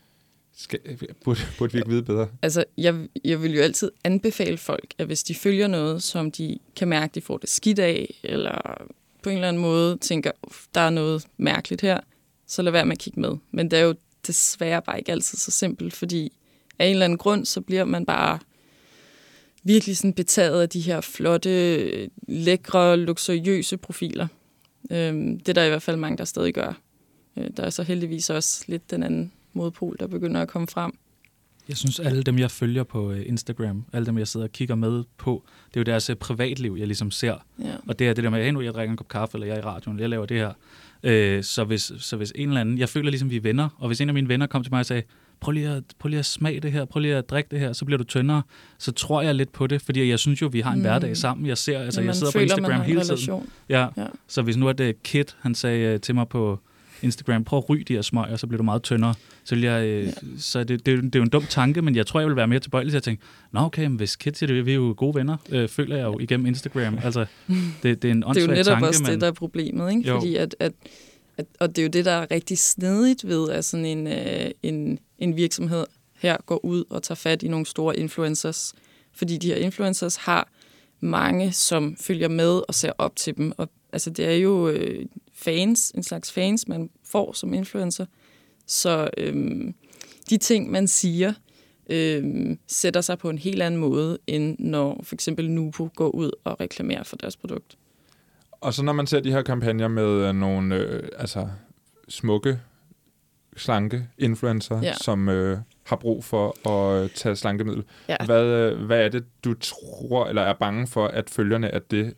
Burde vi ikke vide bedre? Altså, jeg vil jo altid anbefale folk, at hvis de følger noget, som de kan mærke, de får det skidt af, eller på en eller anden måde tænker, der er noget mærkeligt her, så lad være med at kigge med. Men det er jo desværre bare ikke altid så simpelt, fordi af en eller anden grund, så bliver man bare virkelig sådan betaget af de her flotte, lækre, luksuriøse profiler. Det er der i hvert fald mange, der stadig gør. Der er så heldigvis også lidt den anden modpol, der begynder at komme frem. Jeg synes, alle dem, jeg følger på Instagram, alle dem, jeg sidder og kigger med på, det er jo deres privatliv, jeg ligesom ser. Ja. Og det er det der med, at nu jeg drikker en kop kaffe, eller jeg er i radioen, eller jeg laver det her. Så hvis en eller anden, jeg føler ligesom, vi er venner, og hvis en af mine venner kom til mig og sagde, prøv lige at smage det her, prøv lige at drikke det her, så bliver du tyndere, så tror jeg lidt på det, fordi jeg synes jo, vi har en hverdag sammen. Jeg sidder på Instagram hele tiden. Ja. Så hvis nu er det Kit, han sagde til mig på Instagram, prøv at ryge de her smøger, så bliver du meget tyndere. Så vil jeg, så det er jo en dum tanke, men jeg tror, jeg vil være mere tilbøjelig til at tænke, nå okay, men hvis Kit siger det, vi er jo gode venner, føler jeg jo igennem Instagram. Altså, det er en åndssvag tanke. Det er jo netop tanke, også det, der er problemet, ikke? Fordi og det er jo det, der er rigtig snedigt ved, at sådan en virksomhed her går ud og tager fat i nogle store influencers. Fordi de her influencers har mange, som følger med og ser op til dem. Og altså, det er jo fans, en slags fans, man får som influencer. Så de ting, man siger, sætter sig på en helt anden måde, end når for eksempel Nupo går ud og reklamerer for deres produkt. Og så når man ser de her kampagner med nogle smukke, slanke influencer, som har brug for at tage slankemiddel. Ja. Hvad er det, du tror, eller er bange for, at følgerne af det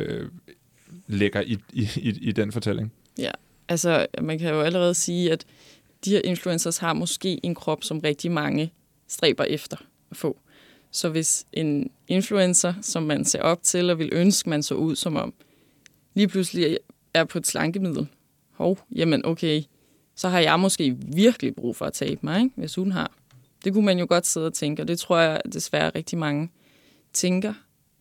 lægger i den fortælling? Ja, altså man kan jo allerede sige, at de her influencers har måske en krop, som rigtig mange stræber efter at få. Så hvis en influencer, som man ser op til og vil ønske, man så ud som om, lige pludselig er på et slankemiddel, jamen okay, så har jeg måske virkelig brug for at tabe mig, ikke? Hvis hun har. Det kunne man jo godt sidde og tænke, og det tror jeg desværre rigtig mange tænker.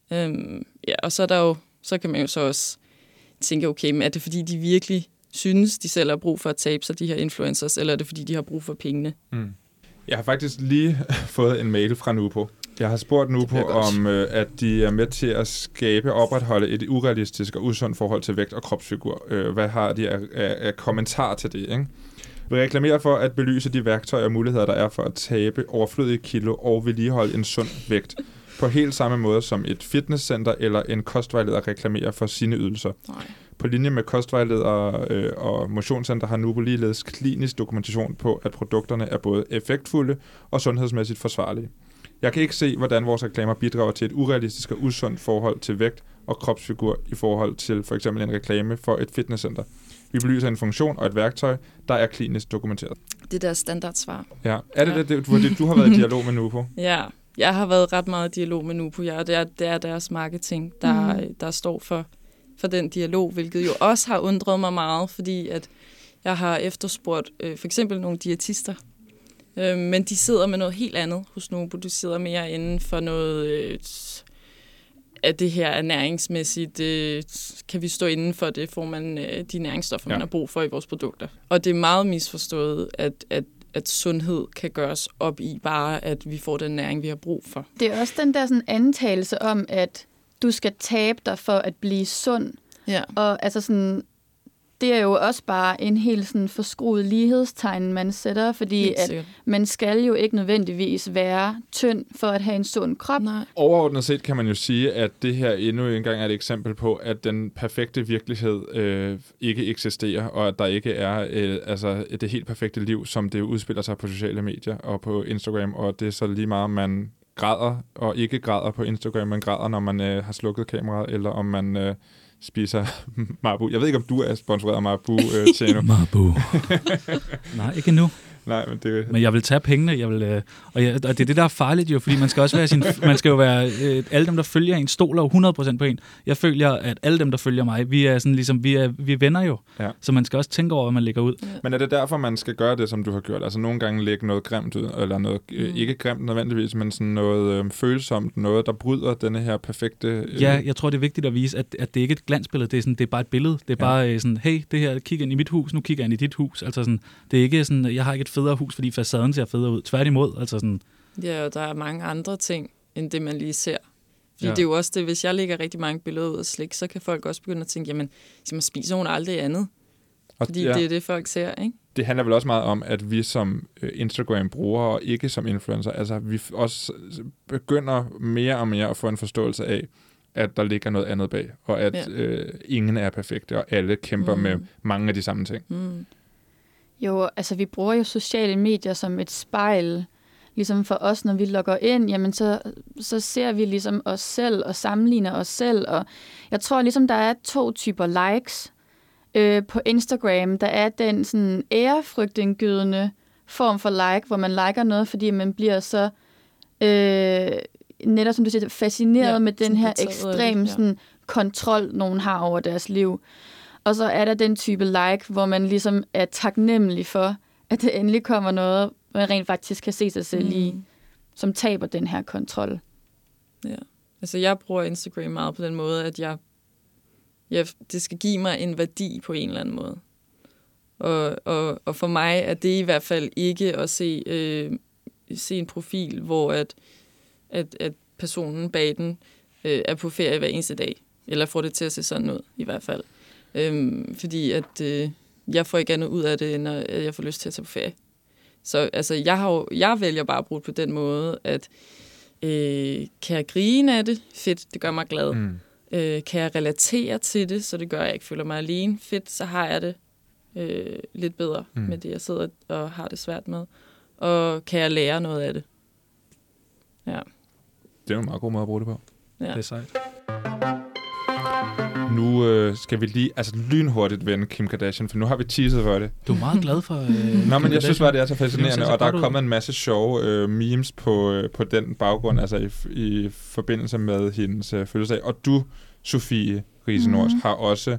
Og så er der jo, så kan man jo så også tænke, okay, men er det fordi, de virkelig synes, de selv har brug for at tabe sig, de her influencers, eller er det fordi, de har brug for pengene? Jeg har faktisk lige fået en mail fra Nupo. Jeg har spurgt Nupo om, at de er med til at skabe og opretholde et urealistisk og usundt forhold til vægt og kropsfigur. Hvad har de af kommentar til det, ikke? Vi reklamerer for at belyse de værktøjer og muligheder, der er for at tabe overflødige kilo og vedligeholde en sund vægt. På helt samme måde som et fitnesscenter eller en kostvejleder reklamerer for sine ydelser. Nej. På linje med kostvejledere og motionscenter har Nupo ligeledes klinisk dokumentation på, at produkterne er både effektfulde og sundhedsmæssigt forsvarlige. Jeg kan ikke se, hvordan vores reklamer bidrager til et urealistisk og usundt forhold til vægt og kropsfigur i forhold til for eksempel en reklame for et fitnesscenter. Vi belyser en funktion og et værktøj, der er klinisk dokumenteret. Det er deres standardsvar. Ja. Er det du har været i dialog med Nupo? Ja, jeg har været ret meget i dialog med Nupo. Ja, det er deres marketing, der står for den dialog, hvilket jo også har undret mig meget, fordi at jeg har efterspurgt for eksempel nogle diætister, men de sidder med noget helt andet hos Nupo. De sidder mere inden for noget af det her ernæringsmæssigt. Kan vi stå inden for det, får man de næringsstoffer, man har brug for i vores produkter. Og det er meget misforstået, at sundhed kan gøres op i bare, at vi får den næring, vi har brug for. Det er også den der sådan antagelse om, at du skal tabe dig for at blive sund. Ja. Og altså sådan, det er jo også bare en helt sådan forskruet lighedstegn, man sætter, fordi at man skal jo ikke nødvendigvis være tynd for at have en sund krop. Nej. Overordnet set kan man jo sige, at det her endnu engang er et eksempel på, at den perfekte virkelighed ikke eksisterer, og at der ikke er det helt perfekte liv, som det udspiller sig på sociale medier og på Instagram, og det er så lige meget, man græder og ikke græder på Instagram, man græder, når man har slukket kameraet, eller om man spiser Marabou. Jeg ved ikke, om du er sponsoreret af Marabou, Tjeno. Marabou. Nej, ikke nu. Nej, men det... Men jeg vil tage pengene, og det er det, der er farligt jo, fordi man skal også være man skal jo være, alle dem, der følger en, stoler jo 100% på en. Jeg føler, at alle dem, der følger mig, vi er sådan ligesom, vi er venner jo. Ja. Så man skal også tænke over, hvad man lægger ud. Ja. Men er det derfor, man skal gøre det, som du har gjort? Altså nogle gange lægge noget grimt ud, eller noget, ikke grimt nødvendigvis, men sådan noget følsomt, noget, der bryder denne her perfekte... Ja, jeg tror, det er vigtigt at vise, at det ikke er et glansbillede, det er bare et billede. Det er bare sådan, hey, det her, kig ind i mit hus, nu kigger jeg ind i dit hus. Altså sådan, det er ikke sådan, jeg har ikke et federe hus, fordi facaden ser federe ud. Tværtimod, altså sådan... Ja, og der er mange andre ting, end det, man lige ser. Fordi det er jo også det, hvis jeg lægger rigtig mange billeder ud af slik, så kan folk også begynde at tænke, jamen, spiser hun aldrig andet? Fordi det er det, folk ser, ikke? Det handler vel også meget om, at vi som Instagram-brugere, og ikke som influencer, altså vi også begynder mere og mere at få en forståelse af, at der ligger noget andet bag, og at ingen er perfekte, og alle kæmper med mange af de samme ting. Jo, altså vi bruger jo sociale medier som et spejl, ligesom for os, når vi logger ind, jamen så ser vi ligesom os selv og sammenligner os selv, og jeg tror ligesom, der er 2 typer likes på Instagram. Der er den sådan ærefrygtindgydende form for like, hvor man liker noget, fordi man bliver så netop, som du siger, fascineret med den her ekstrem sådan, kontrol, nogen har over deres liv. Og så er der den type like, hvor man ligesom er taknemmelig for, at det endelig kommer noget, man rent faktisk kan se sig selv i, som taber den her kontrol. Ja, altså jeg bruger Instagram meget på den måde, at det skal give mig en værdi på en eller anden måde. Og for mig er det i hvert fald ikke at se en profil, hvor at personen bag den er på ferie hver eneste dag. Eller får det til at se sådan ud, i hvert fald. Fordi at jeg får ikke andet ud af det, end at jeg får lyst til at tage på ferie. Så altså, jeg vælger bare at bruge det på den måde, at kan jeg grine af det? Fedt, det gør mig glad. Kan jeg relatere til det, så det gør, at jeg ikke føler mig alene? Fedt, så har jeg det lidt bedre med det, jeg sidder og har det svært med. Og kan jeg lære noget af det? Ja. Det er en meget god måde at bruge det på. Ja. Det er sejt. Nu skal vi lige lynhurtigt vende Kim Kardashian, for nu har vi teaset for det. Du er meget glad for Nå, men jeg synes bare, det er så fascinerende, og der er kommet en masse sjove memes på den baggrund, altså i forbindelse med hendes fødselsdag. Og du, Sofie Riise-Nors, har også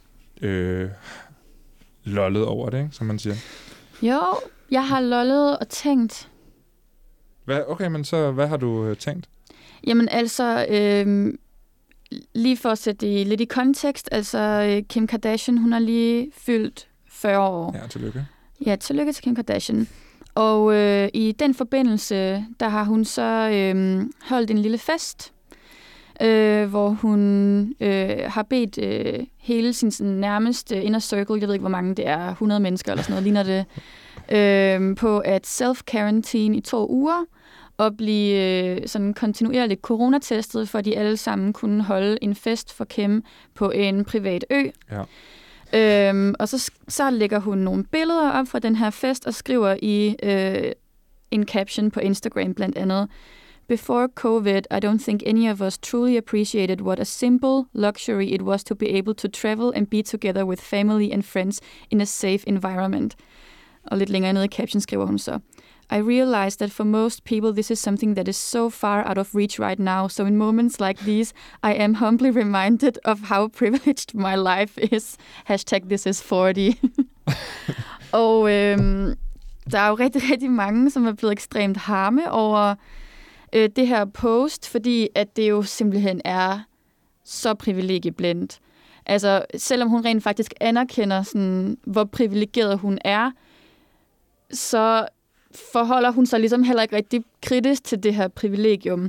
lollet over det, ikke, som man siger. Jo, jeg har lollet og tænkt. Okay, men så hvad har du tænkt? Jamen altså... Lige for at sætte det lidt i kontekst, altså Kim Kardashian, hun har lige fyldt 40 år. Ja, tillykke. Ja, tillykke til Kim Kardashian. Og i den forbindelse, der har hun så holdt en lille fest, hvor hun har bedt hele sin sådan, nærmeste inner circle, jeg ved ikke, hvor mange det er, 100 mennesker eller sådan noget, ligner det, på at self-quarantine i 2 uger, og blive sådan kontinuerligt coronatestet, for de alle sammen kunne holde en fest for Kim på en privat ø. Ja. Og så lægger hun nogle billeder op fra den her fest, og skriver i en caption på Instagram blandt andet: Before COVID, I don't think any of us truly appreciated what a simple luxury it was to be able to travel and be together with family and friends in a safe environment. Og lidt længere nede i caption skriver hun så: I realize that for most people, this is something that is so far out of reach right now. So in moments like these, I am humbly reminded of how privileged my life is. #ThisIs40. Og der er jo rigtig, rigtig mange, som er blevet ekstremt harme over det her post, fordi at det jo simpelthen er så privilegieblindt. Altså, selvom hun rent faktisk anerkender, sådan, hvor privilegeret hun er, så forholder hun sig ligesom heller ikke rigtig kritisk til det her privilegium.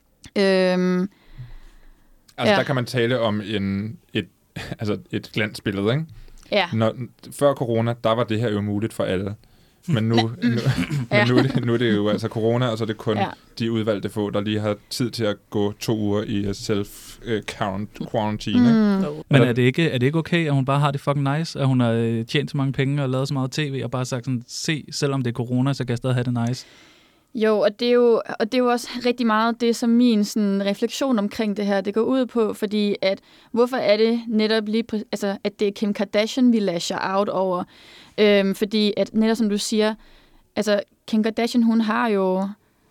Der kan man tale om et glansbillede, ikke? Ja. Før corona, der var det her jo muligt for alle. Men nu er det jo altså corona, og så er det kun de udvalgte få, der lige har tid til at gå 2 uger i self-quarantine. Men er det ikke okay, at hun bare har det fucking nice, at hun har tjent så mange penge og lavet så meget tv, og bare sagt sådan, se, selvom det er corona, så kan jeg stadig have det nice? Jo, og det er jo også rigtig meget det, som min sådan, refleksion omkring det her, det går ud på, fordi at hvorfor er det netop lige, at det er Kim Kardashian, vi lasher out over? Fordi at netop som du siger, altså Kim Kardashian, hun er jo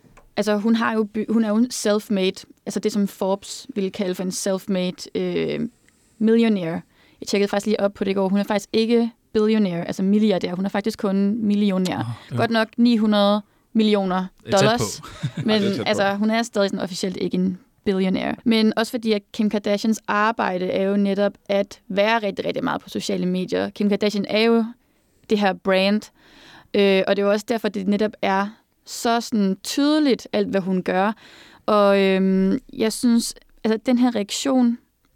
self-made, altså det, som Forbes ville kalde for en self-made millionaire. Jeg tjekkede faktisk lige op på det i går. Hun er faktisk ikke billionaire, altså milliardær. Hun er faktisk kun millionær. Godt nok 900 millioner dollars. Men altså, hun er stadig sådan officielt ikke en billionaire. Men også fordi, at Kim Kardashians arbejde er jo netop at være rigtig, rigtig meget på sociale medier. Kim Kardashian er jo det her brand, og det er jo også derfor, det netop er så sådan tydeligt, alt hvad hun gør. Og jeg synes, altså den her reaktion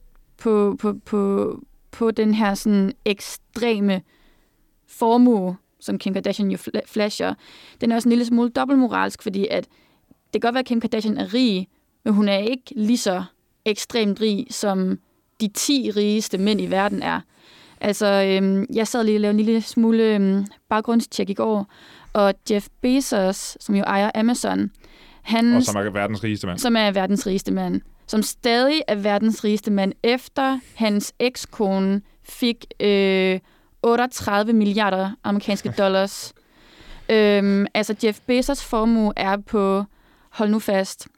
på den her sådan ekstreme formue, som Kim Kardashian jo flasher, den er også en lille smule dobbeltmoralsk, fordi at det kan godt være, at Kim Kardashian er rig, men hun er ikke lige så ekstremt rig, som de 10 rigeste mænd i verden er. Altså, jeg sad lige og lavede en lille smule baggrundstjek i går, og Jeff Bezos, som jo ejer Amazon, og som er verdens rigeste mand. Som er verdens rigeste mand. Som stadig er verdens rigeste mand, efter hans ekskone fik 38 milliarder amerikanske dollars. Altså, Jeff Bezos' formue er på, hold nu fast,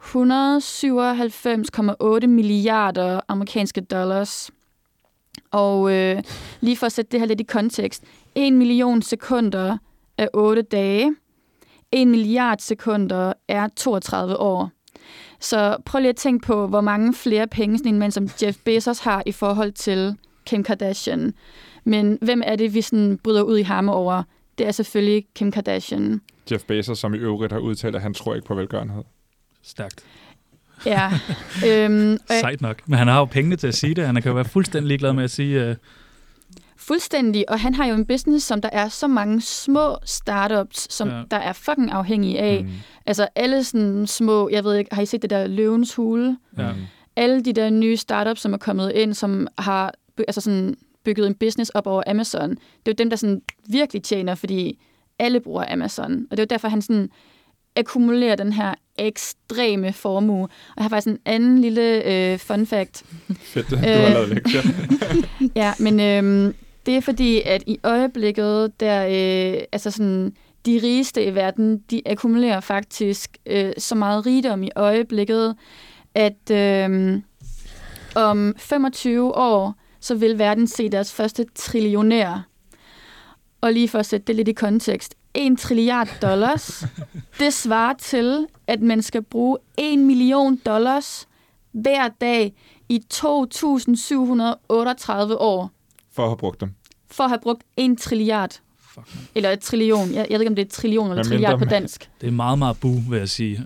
197,8 milliarder amerikanske dollars. Og lige for at sætte det her lidt i kontekst, 1 million sekunder er 8 dage. 1 milliard sekunder er 32 år. Så prøv lige at tænke på, hvor mange flere penge sådan en mand som Jeff Bezos har i forhold til Kim Kardashian. Men hvem er det, vi sådan bryder ud i hammer over? Det er selvfølgelig Kim Kardashian. Jeff Bezos, som i øvrigt har udtalt, at han tror ikke på velgørenhed. Stærkt. Ja. Sejt nok. Men han har jo pengene til at sige det. Han kan jo være fuldstændig ligeglad med at sige... Fuldstændig, og han har jo en business, som der er så mange små startups, som der er fucking afhængige af. Altså alle sådan små, jeg ved ikke, har I set det der Løvens Hule? Ja. Alle de der nye startups, som er kommet ind, som har sådan bygget en business op over Amazon, det er jo dem, der sådan virkelig tjener, fordi alle bruger Amazon. Og det er jo derfor, han sådan akkumulerer den her ekstreme formue. Og jeg har faktisk en anden lille fun fact. Fedt, du har lavet lektier. Ja, men det er fordi, at i øjeblikket, der altså sådan, de rigeste i verden, de akkumulerer faktisk så meget rigdom i øjeblikket, at om 25 år, så vil verden se deres første trillionær. Og lige for at sætte det lidt i kontekst, 1 trilliard dollars, det svarer til, at man skal bruge $1 million hver dag i 2.738 år. For at have brugt dem. For at have brugt 1 trilliard. Eller et trillion. Jeg ved ikke, om det er et trillion eller trilliard på dansk. Det er meget, meget vil jeg sige.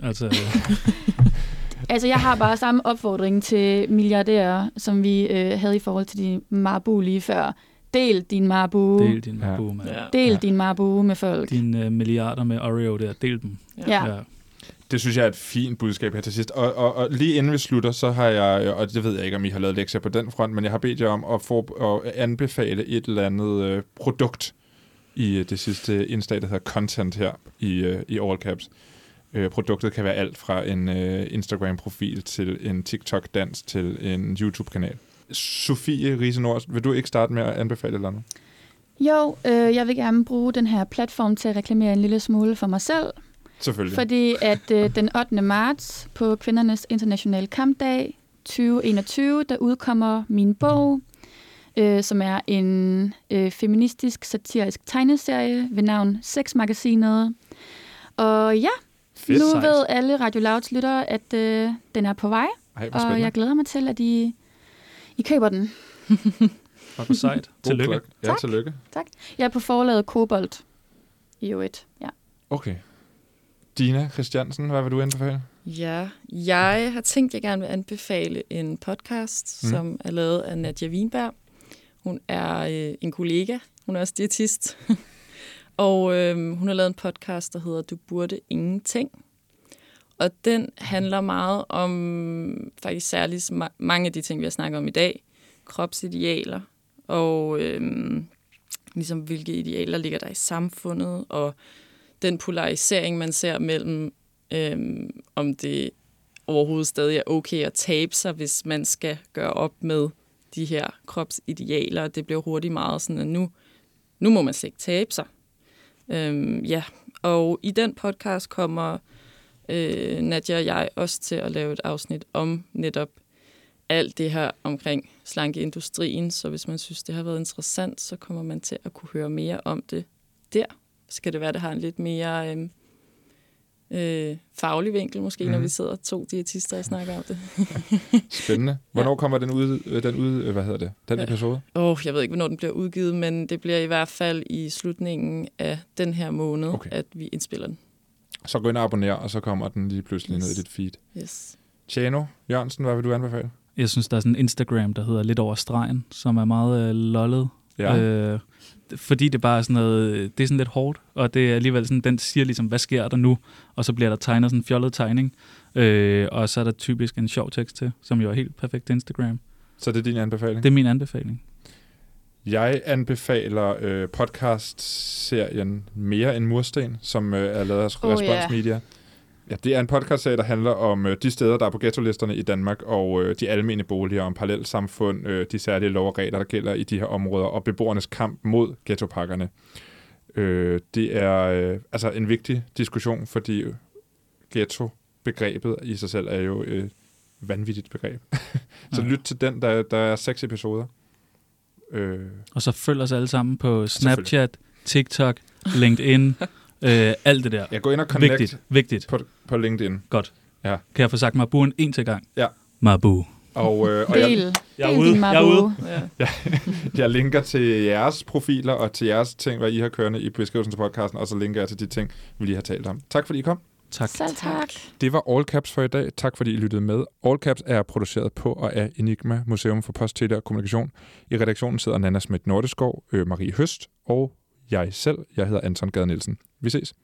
Altså, jeg har bare samme opfordring til milliardærer, som vi havde i forhold til de Marabou lige før. Del din Marabou. Del din Marabou, mand. Del din Marabou med folk. Dine milliarder med Oreo der. Del dem. Ja. Det synes jeg er et fint budskab her til sidst. Og lige inden vi slutter, så har jeg, og det ved jeg ikke, om I har lavet lektier på den front, men jeg har bedt jer om at anbefale et eller andet produkt i det sidste indslag, der hedder Content her i All Caps. Produktet kan være alt fra en Instagram-profil til en TikTok-dans til en YouTube-kanal. Sofie Riise Nord, vil du ikke starte med at anbefale eller andet? Jo, jeg vil gerne bruge den her platform til at reklamere en lille smule for mig selv. Selvfølgelig. Fordi at den 8. marts på Kvindernes Internationale Kampdag 2021, der udkommer min bog, som er en feministisk, satirisk tegneserie ved navn Sexmagasinet. Og ja, nu ved alle Radio Louds lyttere, at den er på vej. Og jeg glæder mig til, at I køber den. Hvor sejt. Tillykke. Ja, tillykke. Tak. Jeg er på forlaget Kobolt i øvrigt. Ja. Okay. Dina Christiansen, hvad vil du anbefale? Ja, jeg har tænkt, at jeg gerne vil anbefale en podcast, som er lavet af Nadia Wienberg. Hun er en kollega. Hun er også diætist. Og hun har lavet en podcast, der hedder Du burde ingenting. Og den handler meget om faktisk særligt mange af de ting, vi har snakket om i dag. Kropsidealer og ligesom hvilke idealer ligger der i samfundet, og den polarisering, man ser mellem, om det overhovedet stadig er okay at tabe sig, hvis man skal gøre op med de her kropsidealer. Det bliver hurtigt meget sådan, at nu må man slet ikke tabe sig. Ja, og i den podcast kommer Nadia og jeg også til at lave et afsnit om netop alt det her omkring slankeindustrien. Så hvis man synes, det har været interessant, så kommer man til at kunne høre mere om det der. Så kan det være, at det har en lidt mere faglig vinkel måske, når vi sidder 2 diætister og snakker om det. Spændende. Hvornår kommer den ud, den episode? Jeg ved ikke, hvornår den bliver udgivet, men det bliver i hvert fald i slutningen af den her måned, at vi indspiller den. Så gå ind og abonner, og så kommer den lige pludselig ned i dit feed. Yes. Tjano Jørgensen, hvad vil du anbefale? Jeg synes, der er sådan en Instagram, der hedder Lidt over stregen, som er meget lollet. Ja. Fordi det bare er sådan noget, det er sådan lidt hårdt, og det er alligevel sådan, den siger ligesom, hvad sker der nu? Og så bliver der tegnet sådan en fjollet tegning, og så er der typisk en sjov tekst til, som jo er helt perfekt til Instagram. Så det er din anbefaling? Det er min anbefaling. Jeg anbefaler podcast-serien Mere end Mursten, som er lavet af Respons Media. Ja, det er en podcastserie, der handler om de steder, der er på ghettolisterne i Danmark, og de almene boliger, om parallelsamfund, de særlige lov og regler, der gælder i de her områder, og beboernes kamp mod ghettopakkerne. Det er altså en vigtig diskussion, fordi ghetto-begrebet i sig selv er jo et vanvittigt begreb. Så lyt til den, der er 6 episoder. Og så følg os alle sammen på Snapchat, TikTok, LinkedIn, alt det der. Jeg går ind og connect vigtigt. På LinkedIn. Godt. Ja. Kan jeg få sagt Mabuen en til gang? Ja. Mabu. Og jeg er ude. Jeg linker til jeres profiler og til jeres ting, hvad I har kørende i beskrivelsen til podcasten, og så linker jeg til de ting, vi lige har talt om. Tak fordi I kom. Tak. Selv tak. Det var All Caps for i dag. Tak fordi I lyttede med. All Caps er produceret på og af Enigma Museum for Post, Tele og Kommunikation. I redaktionen sidder Nana Schmidt Nordeskov, Marie Høst og jeg selv. Jeg hedder Anton Gade Nielsen. Vi ses.